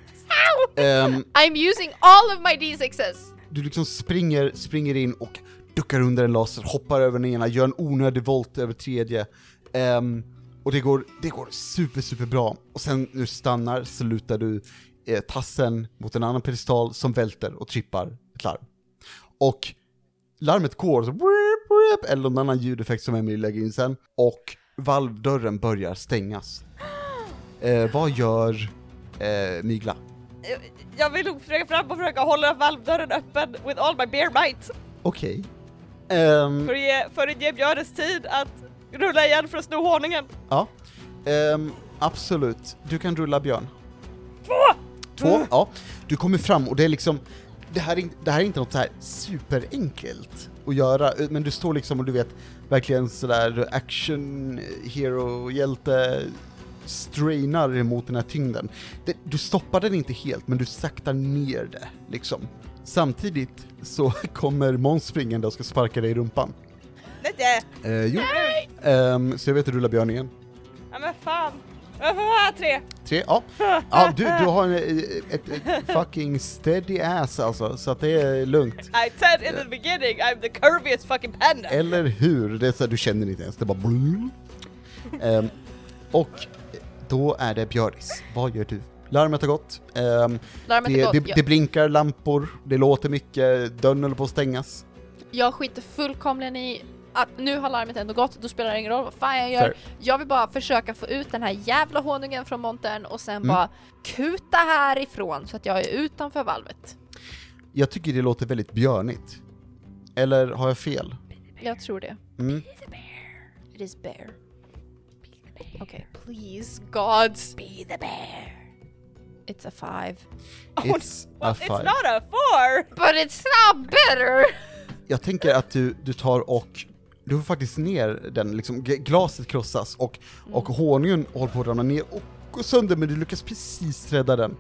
Speaker 3: I'm using all of my D6s.
Speaker 2: Du liksom springer in och duckar under en laser, hoppar över den ena, gör en onödig volt över tredje. Och det går super bra. Och sen när du stannar så lutar du tassen mot en annan pedestal som välter och trippar ett larm. Och larmet går så eller någon annan ljudeffekt som Emily lägger in sen. Och valvdörren börjar stängas. Vad gör Mygla?
Speaker 1: Jag vill nog försöka fram och försöka hålla valvdörren öppen with all my bare might.
Speaker 2: Okej.
Speaker 1: För att ge Björdis tid att rulla igen för att sno honungen.
Speaker 2: Ja. Absolut. Du kan rulla björn. 2? Ja. Du kommer fram och det är liksom det här är inte något så här superenkelt att göra, men du står liksom och du vet verkligen sådär action hero hjälte strainar emot den här tyngden. Du stoppar den inte helt, men du saktar ner det liksom. Samtidigt så kommer Måns springande och ska sparka dig i rumpan. Jo. Så jag vet att du rullar björn igen.
Speaker 1: Ja men fan. Jag får 3.
Speaker 2: 3, ja. Ja, du har ett fucking steady ass alltså, så att det är lugnt.
Speaker 1: I said in the beginning, I'm the curviest fucking panda.
Speaker 2: Eller hur? Det är så här, du känner inte ens, det är bara blum. Och då är det Björdis. Vad gör du? Larmet har gått. Det blinkar lampor, det låter mycket, dörren håller på att stängas.
Speaker 3: Jag skiter fullkomligen i att nu har larmet ändå gått, då spelar det ingen roll vad fan jag gör.
Speaker 2: Fair.
Speaker 3: Jag vill bara försöka få ut den här jävla honungen från montern och sen bara kuta härifrån så att jag är utanför valvet.
Speaker 2: Jag tycker det låter väldigt björnigt. Eller har jag fel?
Speaker 3: Jag tror det. It is bear. Okay, please gods. Be the bear. It's a 5.
Speaker 2: It's a 5.
Speaker 1: It's not a 4!
Speaker 3: But it's not better!
Speaker 2: Jag tänker att du tar och du får faktiskt ner den, liksom, glaset krossas och honungen håller på att ramla ner och går sönder, men du lyckas precis rädda den.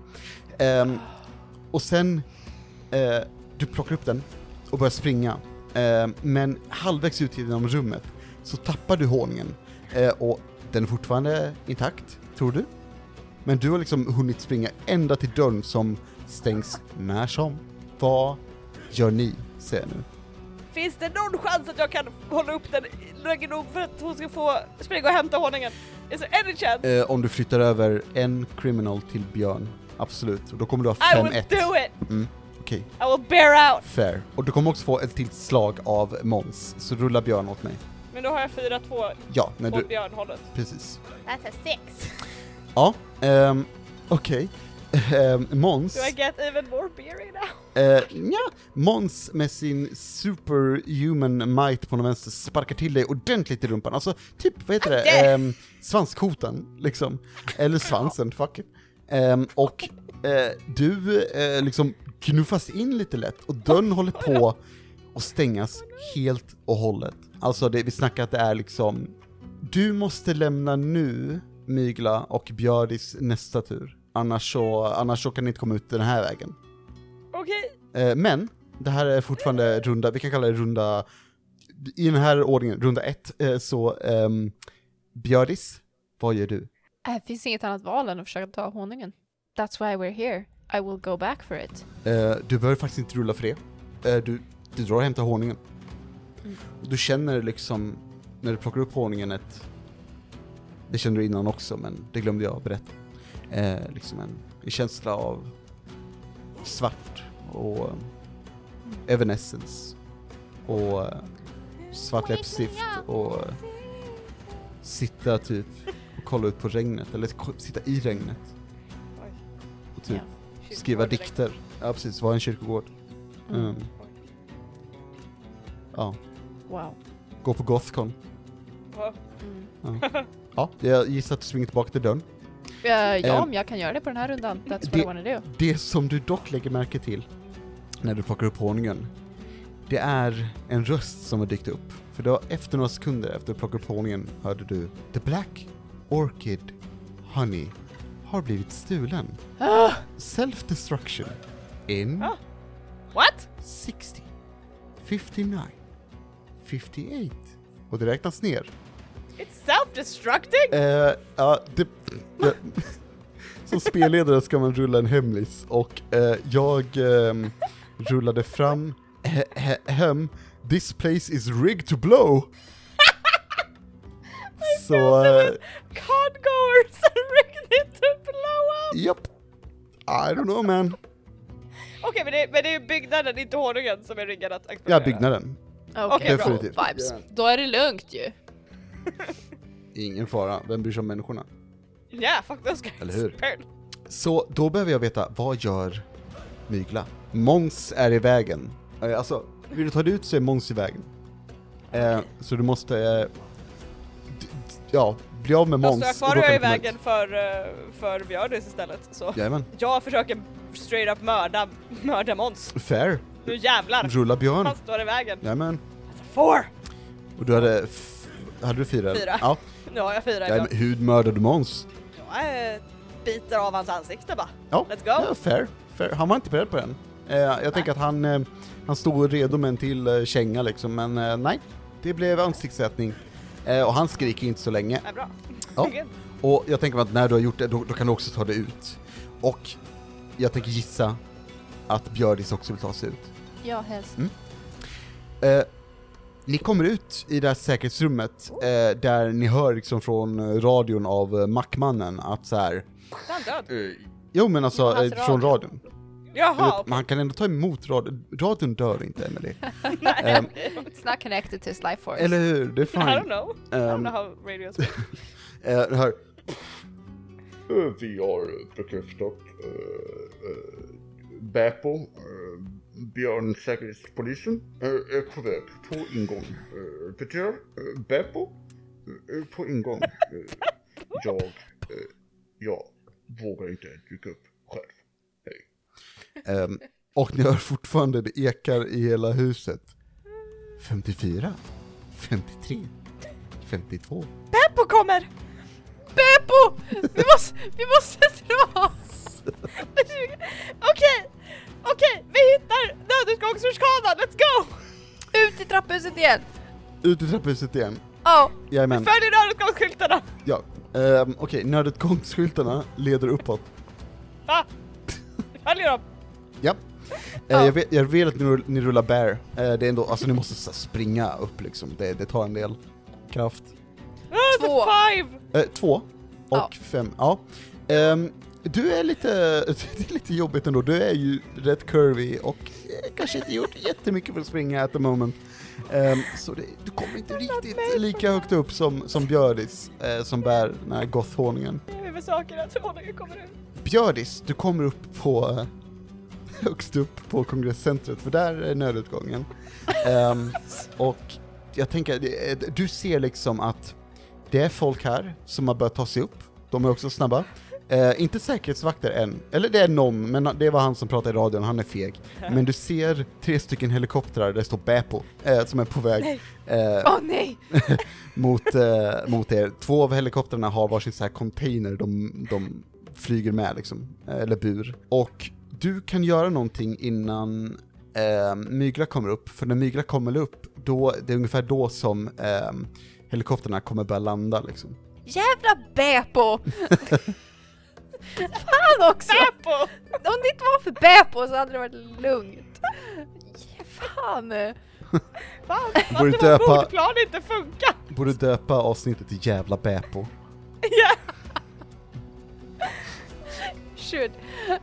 Speaker 2: Och sen du plockar upp den och börjar springa. Men halvvägs ut genom rummet så tappar du honungen. Och den är fortfarande intakt, tror du. Men du har liksom hunnit springa ända till dörren som stängs när som. Vad gör ni, säger nu?
Speaker 1: Finns det någon chans att jag kan hålla upp den länge nog för att hon ska få springa och hämta honungen? Is there any chance?
Speaker 2: Om du flyttar över en criminal till Björn, absolut. Och då kommer du ha 5-1.
Speaker 1: I will do it!
Speaker 2: Okej.
Speaker 1: I will bear out!
Speaker 2: Fair. Och du kommer också få ett till slag av Måns. Så rulla Björn åt mig.
Speaker 1: Men då har jag 4-2
Speaker 2: Ja, när
Speaker 1: på
Speaker 2: du...
Speaker 1: Björn-hållet.
Speaker 2: Precis.
Speaker 1: That's a 6.
Speaker 2: Ja, okej. Måns...
Speaker 1: Do I get even more beery now?
Speaker 2: Ja, Måns med sin superhuman might på den vänster sparkar till dig ordentligt i rumpan. Alltså, typ, vad heter det? Svanskotan, liksom. Eller svansen, fuck it. Och du liksom knuffas in lite lätt och dörren håller på att stängas helt och hållet. Alltså, vi snackar att det är liksom... Du måste lämna nu, Mygla och Björdis nästa tur. Annars så kan ni inte komma ut den här vägen.
Speaker 1: Okej.
Speaker 2: Men det här är fortfarande runda, vi kan kalla det runda, i den här ordningen, runda 1. Så Björdis, vad gör du?
Speaker 3: Det finns inget annat val än att försöka ta honungen. That's why we're here. I will go back for it.
Speaker 2: Du behöver faktiskt inte rulla för det. Du drar och hämtar honungen. Du känner liksom, när du plockar upp honungen, det kände du innan också, men det glömde jag att berätta. Liksom en känsla av svart och evanescence och svart läppstift och sitta typ och kolla ut på regnet, eller sitta i regnet och typ skriva dikter. Ja, precis, vara en kyrkogård. Ja.
Speaker 3: Wow.
Speaker 2: Gå på Gothcon.
Speaker 1: Mm.
Speaker 2: Ja, jag gissar att du springer tillbaka till dörren.
Speaker 3: Ja, om jag kan göra det på den här rundan. That's what I wanna do.
Speaker 2: Det som du dock lägger märke till när du plockar upp honungen, det är en röst som har dykt upp. För då, efter några sekunder efter att plocka upp honungen, hörde du: The Black Orchid Honey har blivit stulen. Self-destruction in
Speaker 1: What?
Speaker 2: 60, 59, 58. Och det räknas ner.
Speaker 1: It's self-destructing?
Speaker 2: Ja, som spelledare ska man rulla en hemlis. Och jag rullade fram hem. This place is rigged to blow. Så...
Speaker 1: Congoers are rigged it to blow up!
Speaker 2: Japp. I don't know, man.
Speaker 1: Okej, men det är byggnaden, inte honungen, som är riggad att explodera.
Speaker 2: Ja, byggnaden.
Speaker 3: Okej, bra.
Speaker 2: definitivt.
Speaker 3: Vibes. Då är det lugnt ju.
Speaker 2: Ingen fara, vem bryr sig om människorna?
Speaker 1: Yeah, fuck those guys.
Speaker 2: Eller hur? Så då behöver jag veta, vad gör Mygla? Måns är i vägen. Alltså, vill du ta det ut så är Måns i vägen. Så du måste bli av med Måns.
Speaker 1: Alltså jag är i vägen för Björdis istället. Så
Speaker 2: Jajamän.
Speaker 1: jag försöker straight up mörda Måns.
Speaker 2: Fair.
Speaker 1: Nu jävlar.
Speaker 2: Rulla Björn.
Speaker 1: Han står i vägen.
Speaker 2: Jajamän.
Speaker 1: 4.
Speaker 2: Och du hade du 4?
Speaker 1: 4.
Speaker 2: Ja.
Speaker 1: Nu har jag 4.
Speaker 2: Hur mördade du Måns?
Speaker 1: Jag biter av hans ansikte bara.
Speaker 2: Ja.
Speaker 1: Let's go.
Speaker 2: Ja, fair. Han var inte beredd på den. Jag tänker att han stod redo med en till känga liksom, men nej. Det blev ansiktsätning. Och han skriker inte så länge.
Speaker 1: Ja, bra.
Speaker 2: Ja. Och jag tänker att när du har gjort det, då kan du också ta det ut. Och jag tänker gissa att Björdis också vill ta sig ut.
Speaker 3: Ja, helst.
Speaker 2: Ni kommer ut i det här säkerhetsrummet där ni hör liksom från radion av Mackmannen att så här.
Speaker 1: Är han död?
Speaker 2: Jo, men alltså från radion.
Speaker 1: Jaha,
Speaker 2: Man kan ändå ta emot radion dör inte, Emily.
Speaker 3: It's not connected to his life force.
Speaker 2: Eller hur? Det är fine.
Speaker 1: I don't know. I don't know how radios work.
Speaker 2: Det här.
Speaker 6: Vi har bekräftat Bäpo, Björn säkerhetspolisen, är på väg på ingång. Peter, Bäpo, på ingång. Jag vågar inte dyka upp själv. Hej.
Speaker 2: Och ni hör fortfarande, det ekar i hela huset. 54, 53. 52.
Speaker 1: Beppo kommer!
Speaker 3: Beppo! Vi måste dra!
Speaker 1: Okej, vi hittar nödutgångsrutschkanan, let's go!
Speaker 3: Ut i trapphuset igen!
Speaker 2: Ut i trapphuset igen.
Speaker 3: Ja.
Speaker 2: Jajamän.
Speaker 1: Följer nödutgångsskyltarna!
Speaker 2: Ja. Okej, nödutgångsskyltarna leder uppåt.
Speaker 1: Va? Följer dem?
Speaker 2: Ja. Jag vill att ni rullar bear. Det är ändå, alltså ni måste så springa upp liksom. Det tar en del kraft.
Speaker 3: 2.
Speaker 2: 2 och 5. Ja. Du är lite, det är lite jobbigt ändå. Du är ju rätt curvy och kanske inte gjort jättemycket för att springa at the moment. Så du kommer inte riktigt lika högt upp som Björdis som bär den här gothhonungen.
Speaker 1: Huvudsaken är att honungen kommer ut.
Speaker 2: Björdis, du kommer upp på högst upp på kongresscentret, för där är nödutgången. Och jag tänker, du ser liksom att det är folk här som har börjat ta sig upp. De är också snabba. Inte säkerhetsvakter än. Eller det är någon, men det var han som pratade i radion, han är feg. Men du ser 3 stycken helikoptrar där det står Beppo som är på väg
Speaker 3: Nej.
Speaker 2: mot er. 2 av helikoptrarna har varsin så här container de flyger med liksom, eller bur. Och du kan göra någonting innan Mygla kommer upp. För när Mygla kommer upp, då, det är ungefär då som helikoptrarna kommer börja landa liksom.
Speaker 3: Jävla Beppo! Fan också!
Speaker 1: Beppo!
Speaker 3: Om det inte var för Beppo så hade det varit lugnt. Fan!
Speaker 2: Borde
Speaker 1: att vår bordplan inte funkar!
Speaker 2: Borde döpa avsnittet till Jävla Beppo.
Speaker 1: Ja!
Speaker 3: Should.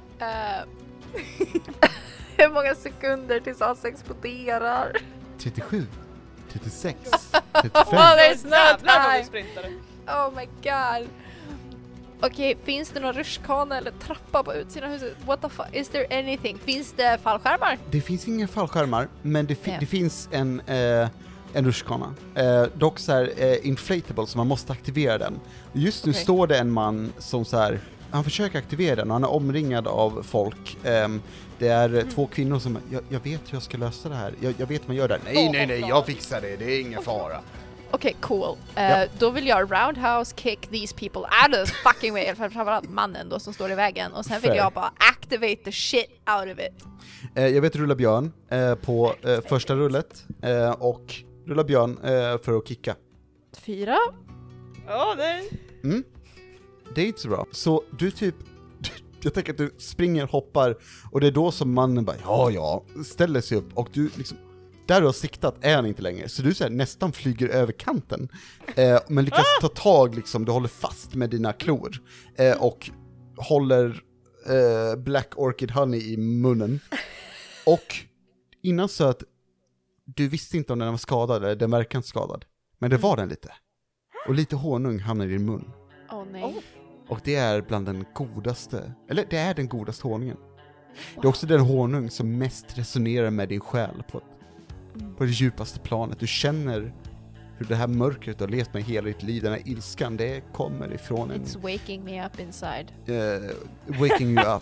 Speaker 3: Hur många sekunder tills A6 exploderar?
Speaker 2: 37, 36,
Speaker 3: Oh,
Speaker 2: 35.
Speaker 3: there's no
Speaker 1: Jävlar vad vi
Speaker 3: time!
Speaker 1: sprintade.
Speaker 3: Oh my god. Okej, finns det någon rutschkana eller trappa på utsidan av huset? What the fuck? Is there anything? Finns det fallskärmar?
Speaker 2: Det finns inga fallskärmar, men det finns en rutschkana. Dock så här inflatable, så man måste aktivera den. Just nu står det en man som så här, han försöker aktivera den och han är omringad av folk. Det är 2 kvinnor som, jag vet hur jag ska lösa det här. Jag vet hur man gör det. Nej, jag fixar det. Det är ingen fara.
Speaker 3: Okej, cool. Då vill jag roundhouse kick these people out of the fucking way. Framförallt mannen då som står i vägen. Och sen vill jag bara activate the shit out of it.
Speaker 2: Jag vet rulla björn på första rullet. Och rulla björn för att kicka.
Speaker 3: 4.
Speaker 1: Nej.
Speaker 2: Det är inte så bra. Så du typ, jag tänker att du springer, hoppar, och det är då som mannen bara, ja, ställer sig upp, och du liksom, där du har siktat är han inte längre. Så du så här, nästan flyger över kanten. Men lyckas ta tag liksom, du håller fast med dina klor. Och håller Black Orchid Honey i munnen. Och innan så att du visste inte om den var skadad, eller den verkar inte skadad. Men det var den lite. Och lite honung hamnar i din mun.
Speaker 3: Nej.
Speaker 2: Och det är bland den godaste, eller det är den godaste honungen. Det är också den honung som mest resonerar med din själ på det djupaste planet. Du känner hur det här mörkret du har levt med hela ditt liv, den här ilskan, det kommer ifrån en...
Speaker 3: It's waking me up inside.
Speaker 2: Waking you up.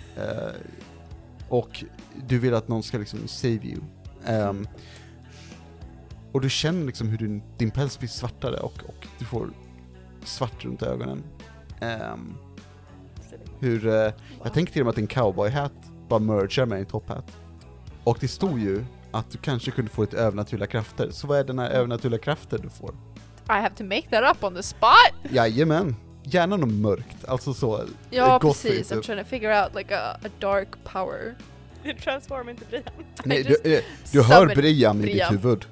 Speaker 2: Och du vill att någon ska liksom save you. Och du känner liksom hur din päls blir svartare och du får svart runt ögonen. Jag tänker till och med att en cowboy-hat bara mergar med en top-hat. Och det stod ju att du kanske kunde få ett övernaturliga krafter. Så vad är den här övernaturliga krafter du får?
Speaker 3: I have to make that up on the spot.
Speaker 2: Jajamän. Gärna något mörkt. Alltså så.
Speaker 3: Ja, precis. I'm trying to figure out like a dark power.
Speaker 1: Du transform inte Brian.
Speaker 2: Nej, du hör Brian i ditt huvud.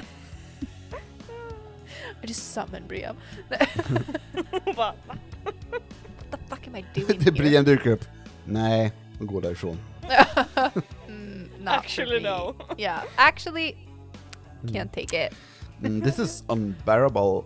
Speaker 3: I just summon Brian.
Speaker 1: What
Speaker 3: the fuck am I doing
Speaker 2: Det Brian dyker upp. Nej, och går därifrån.
Speaker 1: Actually no.
Speaker 3: Yeah, actually can't take it.
Speaker 2: This is unbearable.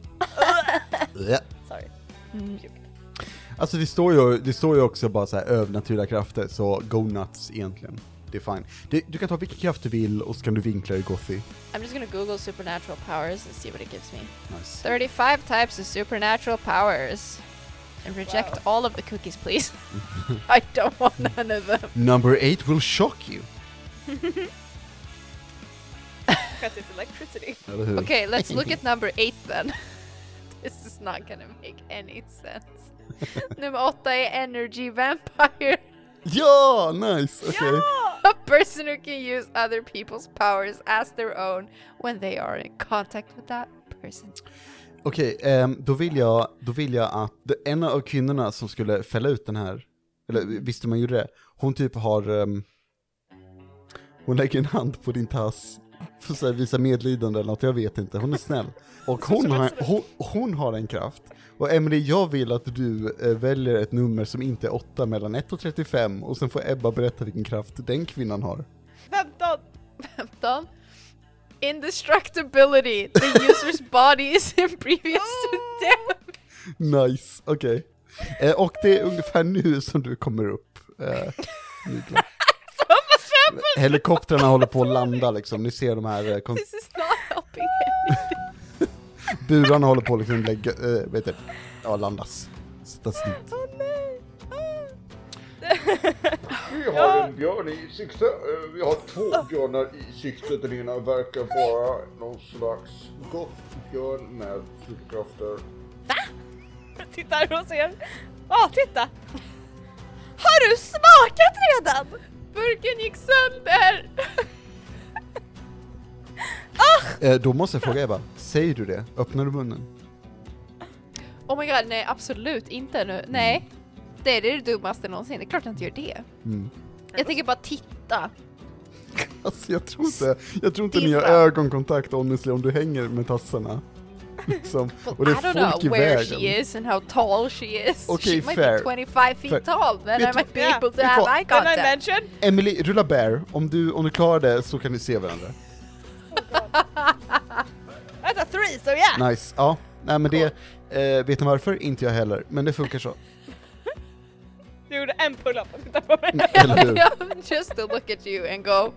Speaker 1: Sorry.
Speaker 2: Alltså det står ju också bara så här övernaturliga krafter, så go nuts egentligen. Det är fine. Du kan ta vilken kraft du vill och så kan du vinkla i Gothy.
Speaker 3: I'm just gonna Google supernatural powers and see what it gives me.
Speaker 2: Nice.
Speaker 3: 35 types of supernatural powers. And reject all of the cookies, please. I don't want none of them.
Speaker 2: Number 8 will shock you.
Speaker 1: Because it's electricity.
Speaker 2: Eller hur?
Speaker 3: Okay, let's look at number 8 then. This is not gonna make any sense. Nummer 8 är Energy Vampire.
Speaker 2: Ja, nice! Okej.
Speaker 1: Ja!
Speaker 3: A person who can use other people's powers as their own when they are in contact with that person.
Speaker 2: Okej, då vill jag att en av kvinnorna som skulle fälla ut den här, eller visste man gjorde det, hon typ har, hon lägger en hand på din tass för att så här, visa medlidande eller något, jag vet inte, hon är snäll. Och hon har en kraft. Och Emily, jag vill att du väljer ett nummer som inte är 8 mellan 1 och 35 och sen får Ebba berätta vilken kraft den kvinnan har.
Speaker 3: 15. Indestructibility. The user's body is impervious to death.
Speaker 2: Nice, okej. Och det är ungefär nu som du kommer upp. Mygla. Helikoptrarna håller på att landa liksom. Ni ser de här
Speaker 3: This is not helping anything.
Speaker 2: burarna håller på att liksom lägga, landas. Sättas dit.
Speaker 6: Vi har en björn i sikte. Vi har 2 björnar i sikte. Den ena verkar vara någon slags gothbjörn med superkrafter.
Speaker 1: Tittar och ser. Titta! Har du smakat redan?
Speaker 3: Burken gick sönder.
Speaker 2: Då måste jag fråga Eva, säger du det? Öppnar du munnen?
Speaker 3: Oh my god, nej absolut inte nu. Nej, det är det dummaste någonsin. Det är klart jag inte gör det. Jag tänker bara titta.
Speaker 2: Alltså jag tror inte ni har ögonkontakt honestly om du hänger med tassarna. Liksom. Och det är
Speaker 3: I don't
Speaker 2: folk i
Speaker 3: know where
Speaker 2: vägen.
Speaker 3: she is and how tall she is.
Speaker 2: Okay,
Speaker 3: she might
Speaker 2: fair.
Speaker 3: be 25 feet tall. Then I
Speaker 2: Vet
Speaker 3: might be
Speaker 1: yeah,
Speaker 3: able to
Speaker 2: vet
Speaker 3: have
Speaker 2: vad?
Speaker 3: eye
Speaker 1: Can I
Speaker 3: contact.
Speaker 1: mention?
Speaker 2: Emily, rulla bear. Om du klarar det så kan ni se varandra.
Speaker 1: That's a 3, so yeah!
Speaker 2: Nice, ja. Nej men det, vet ni varför? Inte jag heller. Men det funkar så.
Speaker 1: Du gjorde en pull-up och tittade på mig.
Speaker 2: Eller hur?
Speaker 3: Just to look at you and go.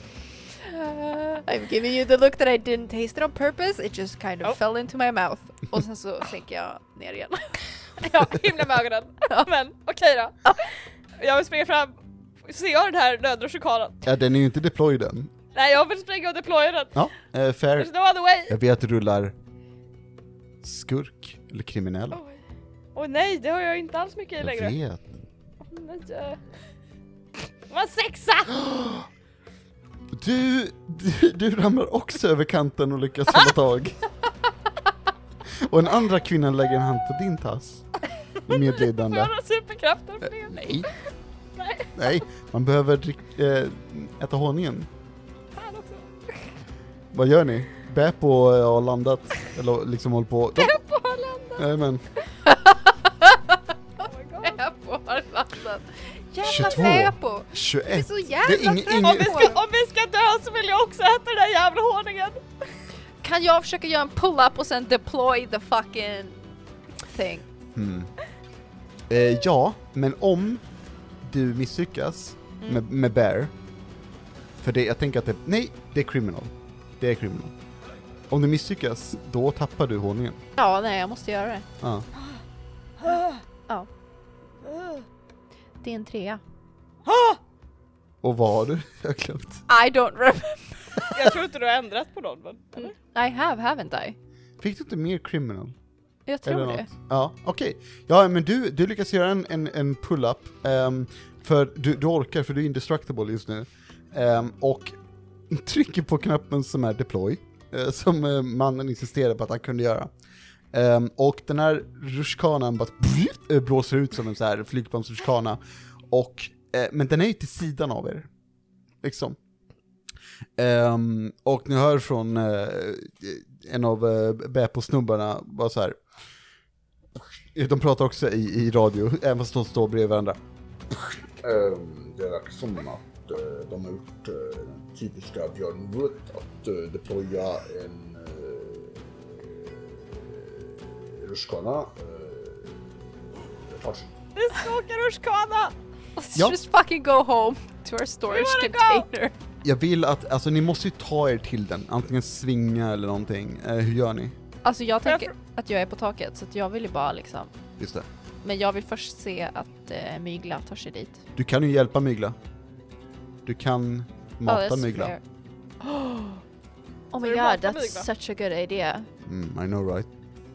Speaker 3: I'm giving you the look that I didn't taste it on purpose. It just kind of fell into my mouth. Och sen så sänker jag ner igen.
Speaker 1: Ja, himla med ögonen. Men okej då. Jag vill springa fram. Ser jag den här nödrutschkanan?
Speaker 2: Ja, den är ju inte deployed än.
Speaker 1: Nej, jag vill springa och deploya den.
Speaker 2: Ja, fair.
Speaker 1: There's no other way.
Speaker 2: Jag vet att du rullar skurk eller kriminell.
Speaker 1: Åh nej, det har jag inte alls mycket i
Speaker 2: Jag
Speaker 1: längre.
Speaker 2: vet.
Speaker 1: Nej. Vad 6!
Speaker 2: Du ramlar också över kanten och lyckas hålla tag. Och en andra kvinnan lägger en hand på din tass.
Speaker 1: Får
Speaker 2: Medlidande.
Speaker 1: jag några superkrafter för det?
Speaker 2: Nej.
Speaker 1: Nej.
Speaker 2: Nej, man behöver äta honungen.
Speaker 1: Fan också.
Speaker 2: Vad gör ni? Beppo har landat. Eller liksom håller på.
Speaker 1: Beppo har landat.
Speaker 2: Nej men.
Speaker 1: Oh my god.
Speaker 3: Beppo har landat. Jävla
Speaker 2: 22.
Speaker 3: Beppo.
Speaker 2: 21.
Speaker 3: Det är så
Speaker 2: Det
Speaker 3: jävla
Speaker 2: är ingen...
Speaker 1: Om vi ska dö så vill jag också äta den där jävla honungen.
Speaker 3: Kan jag försöka göra en pull-up och sen deploy the fucking thing?
Speaker 2: Ja, men om du misslyckas med bear. För det, jag tänker att det är criminal. Det är criminal. Om du misslyckas, då tappar du honungen.
Speaker 3: Ja, nej, jag måste göra det.
Speaker 2: Ja.
Speaker 3: Ja. Det är en 3.
Speaker 2: Och vad har du? Jag har glömt.
Speaker 3: I don't remember.
Speaker 1: Jag tror inte du har ändrat på någon, men...
Speaker 3: I have, haven't I?
Speaker 2: Fick du inte mer criminal?
Speaker 3: Jag tror
Speaker 2: Eller
Speaker 3: det.
Speaker 2: något? Ja, okej. Ja, men du lyckas göra en pull-up. För du orkar, för du är indestructible just nu. Och trycker på knappen som är deploy. Som mannen insisterar på att han kunde göra. Och den här rutschkanan bara blåser ut som en så här flygplansrutschkana. Och men den är ju till sidan av er. Liksom. Och ni hör från en av Beppo-snubbarna bara så här. De pratar också i radio, även fast de står bredvid varandra.
Speaker 6: Det verkar som att de har gjort typiska Björn Wood att deploya en rutschkana.
Speaker 1: Vi ska åka rutschkana!
Speaker 3: Let's just fucking go home to our storage container.
Speaker 2: Jag vill att, alltså ni måste ju ta er till den. Antingen svinga eller någonting. Hur gör ni?
Speaker 3: Alltså jag tänker att jag är på taket, så att jag vill ju bara liksom...
Speaker 2: Just det.
Speaker 3: Men jag vill först se att Mygla tar sig dit.
Speaker 2: Du kan ju hjälpa Mygla. Du kan mata
Speaker 3: that's
Speaker 2: Mygla.
Speaker 3: fair. Oh my
Speaker 1: Så det är
Speaker 3: god,
Speaker 1: bra
Speaker 3: that's
Speaker 1: mygla.
Speaker 3: such a good idea.
Speaker 2: I know right.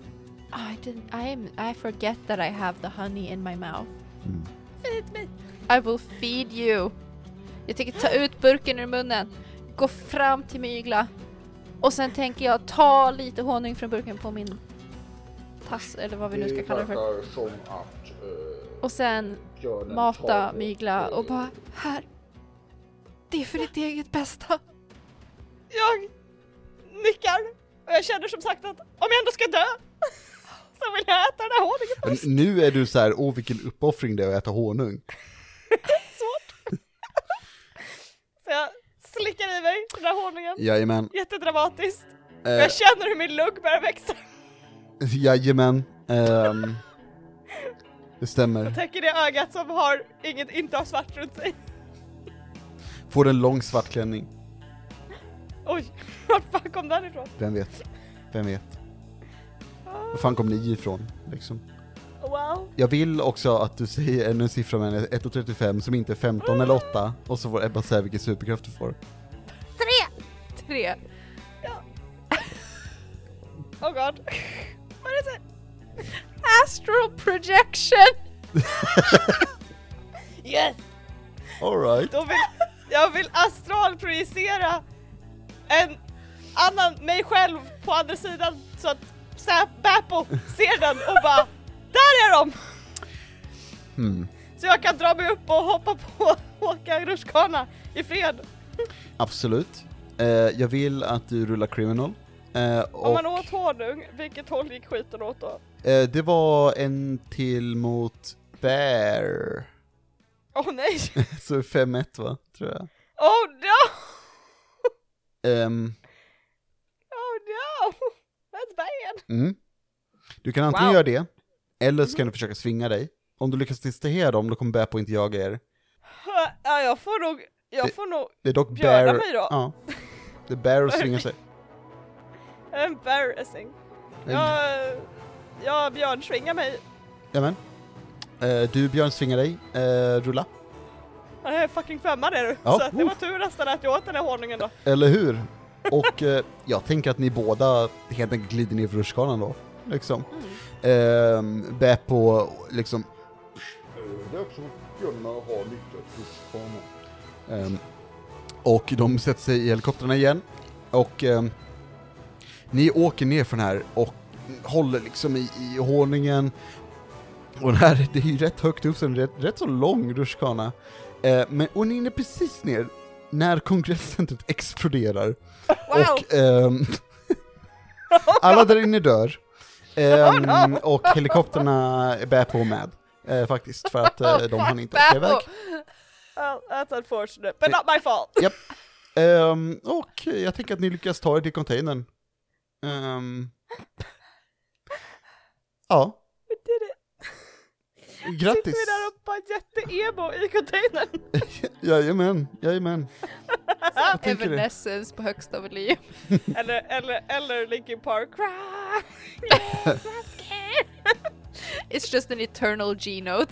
Speaker 3: I forget that I have the honey in my mouth.
Speaker 1: Feed me.
Speaker 3: I will feed you. Jag tänker ta ut burken ur munnen, gå fram till Mygla och sen tänker jag ta lite honung från burken på min tass eller vad vi nu ska kalla det för.
Speaker 6: verkar som att
Speaker 3: Och sen
Speaker 6: björnen
Speaker 3: mata
Speaker 6: tar-
Speaker 3: Mygla och bara här. Det är för ditt eget bästa.
Speaker 1: Jag nickar och jag känner som sagt att om jag ändå ska dö så vill jag äta den här honungen först.
Speaker 2: Men nu är du så här, vilken uppoffring det är att äta honung.
Speaker 1: Svårt. Så jag slickar i mig den här honungen.
Speaker 2: Jajamän.
Speaker 1: Jättedramatiskt. Och jag känner hur min lugg börjar växa.
Speaker 2: Jajamän. Det stämmer.
Speaker 1: Täcker det ögat som har inte har svart runt sig.
Speaker 2: Får en lång svart klänning.
Speaker 1: Oj, vart fan kom den ifrån?
Speaker 2: Vem vet? Vem vet? Var fan kom ni ifrån? Liksom.
Speaker 1: Wow.
Speaker 2: Jag vill också att du säger en siffra med 1,35 som inte är 15 eller 8. Och så får Ebba säga vilken superkraft du får.
Speaker 3: 3.
Speaker 1: Oh god. What is it?
Speaker 3: Astral projection.
Speaker 1: Yes!
Speaker 2: Alright.
Speaker 1: Jag vill astralprojicera en annan mig själv på andra sidan så att Bapple ser den och bara där är de! Så jag kan dra mig upp och hoppa på åka rutschkana i fred.
Speaker 2: Absolut. Jag vill att du rullar criminal.
Speaker 1: Om man åt honung, vilket håll gick skiten åt då?
Speaker 2: Det var en till mot Bear.
Speaker 1: Åh nej!
Speaker 2: Så 5-1 va, tror jag.
Speaker 1: Oh no!
Speaker 2: Um,
Speaker 1: Oh no! That's bad!
Speaker 2: Du kan antingen
Speaker 1: Wow.
Speaker 2: göra det, eller så kan du försöka svinga dig. Om du lyckas distrahera dem, då kommer Bear på inte jaga er.
Speaker 1: Ja, jag får nog
Speaker 2: Det är dock
Speaker 1: bjöda
Speaker 2: Bear.
Speaker 1: mig då.
Speaker 2: Ja. Det är Bear och svingar sig.
Speaker 1: Embarrassing. Jag björnsvingar mig.
Speaker 2: Jamen. Du Björn svingar dig. Rulla.
Speaker 1: Jag är fucking femma där.
Speaker 2: Ja.
Speaker 1: Så att det var tur nästan att jag åt den här honungen då.
Speaker 2: Eller hur? Och jag tänker att ni båda helt enkelt glider ner för rutschkanan då. Liksom. Bär på liksom.
Speaker 6: Det är också som att björnarna har nyttjat rutschkanan.
Speaker 2: Och de sätter sig i helikoptrarna igen. Och ni åker ner från här och håller liksom i honungen. Och den här, det är ju rätt högt upp, så en rätt så lång rutschkana. Och ni är inne precis ner när kongresscentret exploderar.
Speaker 1: Wow.
Speaker 2: Och alla där inne dör. Och helikopterna bär på med. Faktiskt, för att de hann inte åka iväg.
Speaker 1: Well, that's unfortunate, but not my fault.
Speaker 2: Japp. Och jag tänker att ni lyckas ta er till containern. Ja.
Speaker 1: We did it.
Speaker 2: Grattis.
Speaker 1: Sitter vi där och bara jätte-emo i containern.
Speaker 2: Jajamän. Jag tänker det.
Speaker 3: Evanescence på högsta volym.
Speaker 1: eller Linkin Park.
Speaker 3: It's just an eternal G-note.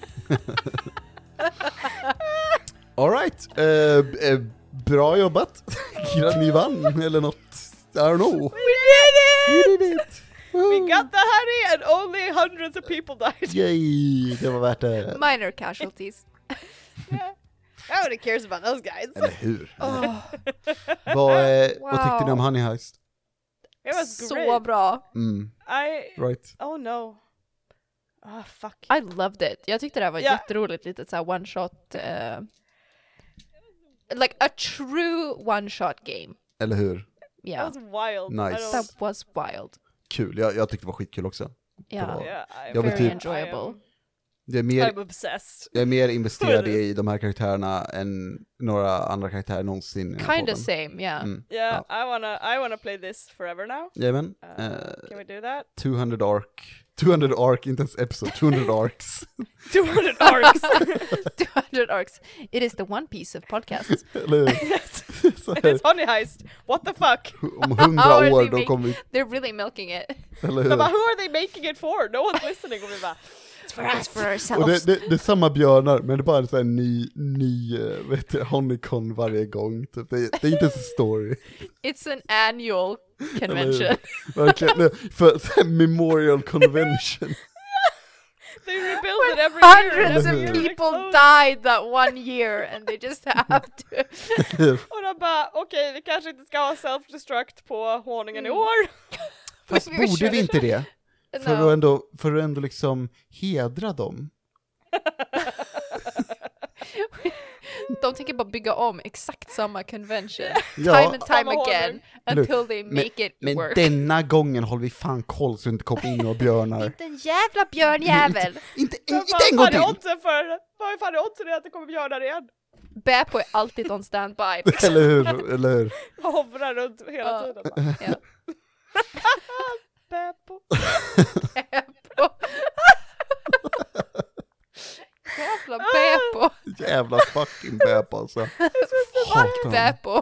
Speaker 2: All right. Bra jobbat. Ni vann eller något. I don't know.
Speaker 1: We did it! We
Speaker 2: Woo.
Speaker 1: got the honey and only hundreds of people died.
Speaker 2: Yay, det var värt det.
Speaker 3: Minor casualties.
Speaker 1: Yeah. Nobody cares about those guys.
Speaker 2: Eller hur?
Speaker 3: Oh,
Speaker 2: Vad tyckte ni om Honey Heist?
Speaker 1: It was
Speaker 3: så
Speaker 1: great.
Speaker 3: bra.
Speaker 2: Right.
Speaker 1: Oh no. Oh fuck.
Speaker 3: I loved it. Jag tyckte det här var jätteroligt, litet så här one shot like a true one shot game.
Speaker 2: Eller hur?
Speaker 3: Yeah.
Speaker 1: That was wild.
Speaker 2: Nice.
Speaker 1: I don't-
Speaker 3: That was wild.
Speaker 2: Kul, jag tyckte det var skitkul också.
Speaker 3: Yeah.
Speaker 2: bra.
Speaker 1: Yeah,
Speaker 2: Jag vill
Speaker 3: Very
Speaker 2: typ-
Speaker 3: enjoyable.
Speaker 1: I'm obsessed.
Speaker 2: Jag är mer investerad i de här karaktärerna än några andra karaktärer någonsin i den här
Speaker 3: Kind
Speaker 2: podden.
Speaker 3: of same, yeah.
Speaker 1: Yeah, I wanna play this forever now.
Speaker 2: Jajamän.
Speaker 1: Can we do that?
Speaker 2: 200 arc, inte ens episode, 200 arcs.
Speaker 1: 200 arcs.
Speaker 3: 200 arcs. It is the One Piece of podcasts.
Speaker 2: Eller hur?
Speaker 1: Yes.
Speaker 2: Så här,
Speaker 1: It's honey heist. What the fuck?
Speaker 2: om 100
Speaker 3: How are
Speaker 2: år
Speaker 3: they
Speaker 2: då kommer vi,
Speaker 3: They're really milking it.
Speaker 2: eller
Speaker 1: But
Speaker 2: hur?
Speaker 1: who are they making it for? No one's listening. Och vi bara, it's
Speaker 3: for us, for
Speaker 2: Och
Speaker 3: ourselves.
Speaker 2: det är samma björnar, men det är bara en sån här ny Honeycon varje gång. Typ. Det är inte så story.
Speaker 3: It's an annual convention.
Speaker 2: Verkligen, för så här memorial convention.
Speaker 1: They rebuild it every year.
Speaker 3: Hundreds
Speaker 2: Eller
Speaker 3: of
Speaker 2: hur?
Speaker 3: people died that one year and they just have to.
Speaker 1: Och de bara, okej, vi kanske inte ska ha self-destruct på honungen i år.
Speaker 2: Fast borde vi inte det? För att ändå liksom hedra dem.
Speaker 3: De tänker bara bygga om exakt samma convention.
Speaker 2: Ja.
Speaker 3: Time and time
Speaker 1: Samma
Speaker 3: again.
Speaker 1: honung.
Speaker 3: Until they make it
Speaker 2: Men
Speaker 3: work.
Speaker 2: denna gången håller vi fan koll så inte kommer in några björnar.
Speaker 3: Inte en jävla björnjävel.
Speaker 2: Inte
Speaker 1: Men
Speaker 2: en gång till!
Speaker 1: Vad är fan oddsen att det kommer björnar igen?
Speaker 3: Beppo är alltid on standby.
Speaker 2: Eller hur?
Speaker 1: Hovrar runt hela tiden. Bara.
Speaker 3: Ja.
Speaker 1: Beppo.
Speaker 3: Beppo. Jävla Beppo.
Speaker 2: Jävla fucking Beppo alltså.
Speaker 3: Fuck Beppo.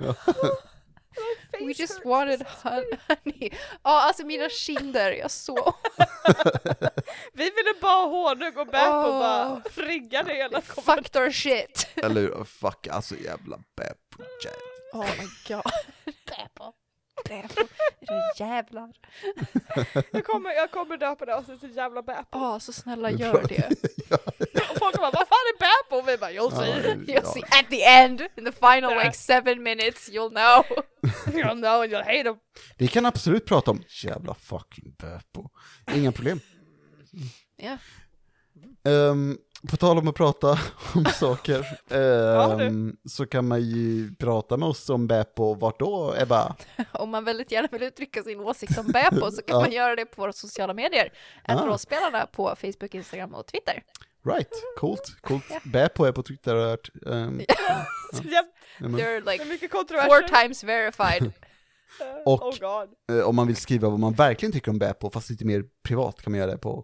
Speaker 3: We
Speaker 1: Face
Speaker 3: just
Speaker 1: hurts.
Speaker 3: wanted honey. Ja, alltså mina kinder, jag så.
Speaker 1: Vi ville bara ha honung och Beppo
Speaker 3: Åh.
Speaker 1: bara friggade hela
Speaker 3: Fucked our shit.
Speaker 2: Eller hur? Fuck, alltså jävla Beppo.
Speaker 3: Oh my god. Beppo. Beppo. Jävlar.
Speaker 1: Jag kommer döpa det avsnittet till jävla Beppo.
Speaker 3: Ja, så snälla gör det.
Speaker 1: Och folk bara, vad fan är Beppo? Och vi bara, you'll see.
Speaker 3: You'll see at the end, in the final like 7 minutes, you'll know.
Speaker 1: You'll know and you'll hate them.
Speaker 2: Vi kan absolut prata om jävla fucking Beppo. Inga problem.
Speaker 3: Ja.
Speaker 2: På tal om att prata om saker
Speaker 1: du.
Speaker 2: så kan man ju prata med oss om Beppo. Vart då, Ebba?
Speaker 3: Om man väldigt gärna vill uttrycka sin åsikt om Beppo så kan
Speaker 2: Ja.
Speaker 3: man göra det på våra sociala medier. Rollspelarna på Facebook, Instagram och Twitter.
Speaker 2: Right, coolt. Beppo är på Twitter.
Speaker 1: Så jävla-
Speaker 2: men,
Speaker 3: They're
Speaker 1: Det är
Speaker 3: like
Speaker 1: mycket
Speaker 3: 4
Speaker 1: kontroverser.
Speaker 3: times verified.
Speaker 2: Och-
Speaker 1: Oh god.
Speaker 2: om man vill skriva vad man verkligen tycker om Beppo, fast lite mer privat, kan man göra det på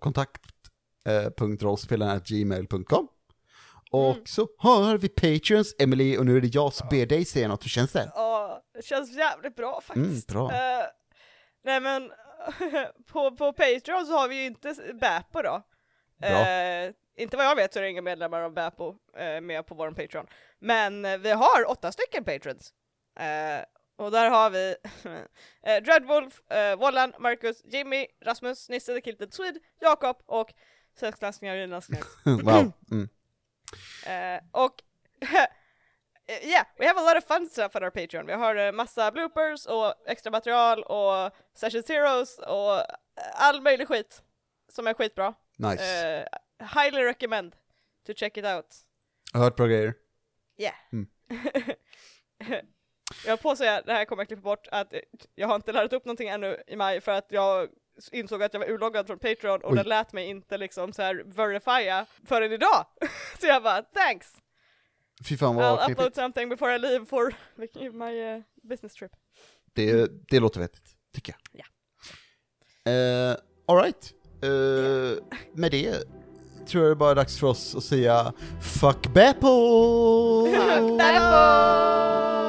Speaker 2: kontakt.rollspelarna@gmail.com. Och så har vi Patreons, Emily, och nu är det jag som ber dig säga något. Hur känns det?
Speaker 1: Ja, det känns jävligt bra faktiskt.
Speaker 2: Bra.
Speaker 1: Nej men, på Patreon så har vi ju inte Beppo då.
Speaker 2: Bra.
Speaker 1: Inte vad jag vet så är det inga medlemmar av Beppo med på vår Patreon. Men vi har 8 stycken patrons. Och där har vi Dreadwolf, Wallan, Marcus, Jimmy, Rasmus, Nisse, The Kilted Swede, Jakob och sexklassningar och gymnastningar.
Speaker 2: Wow.
Speaker 1: Och yeah, we have a lot of fun stuff on our Patreon. Vi har massa bloopers och extra material och session zeros och all möjlig skit som är skitbra.
Speaker 2: Nice.
Speaker 1: Highly recommend to check it out.
Speaker 2: Jag har hört bra grejer.
Speaker 1: Yeah. Jag på att säga, det här kommer jag klippa bort, att jag har inte lärt upp någonting ännu i maj för att jag insåg att jag var urloggad från Patreon och
Speaker 2: Oj.
Speaker 1: den lät mig inte liksom så här verifiera förrän idag. Så jag bara, thanks!
Speaker 2: Fy fan vad
Speaker 1: I'll
Speaker 2: klippigt.
Speaker 1: upload something before I leave for my business trip.
Speaker 2: Det låter vettigt, tycker jag.
Speaker 1: Ja.
Speaker 2: All right. Med det tror jag det bara är dags för oss att säga Fuck Beppo!
Speaker 1: Beppo!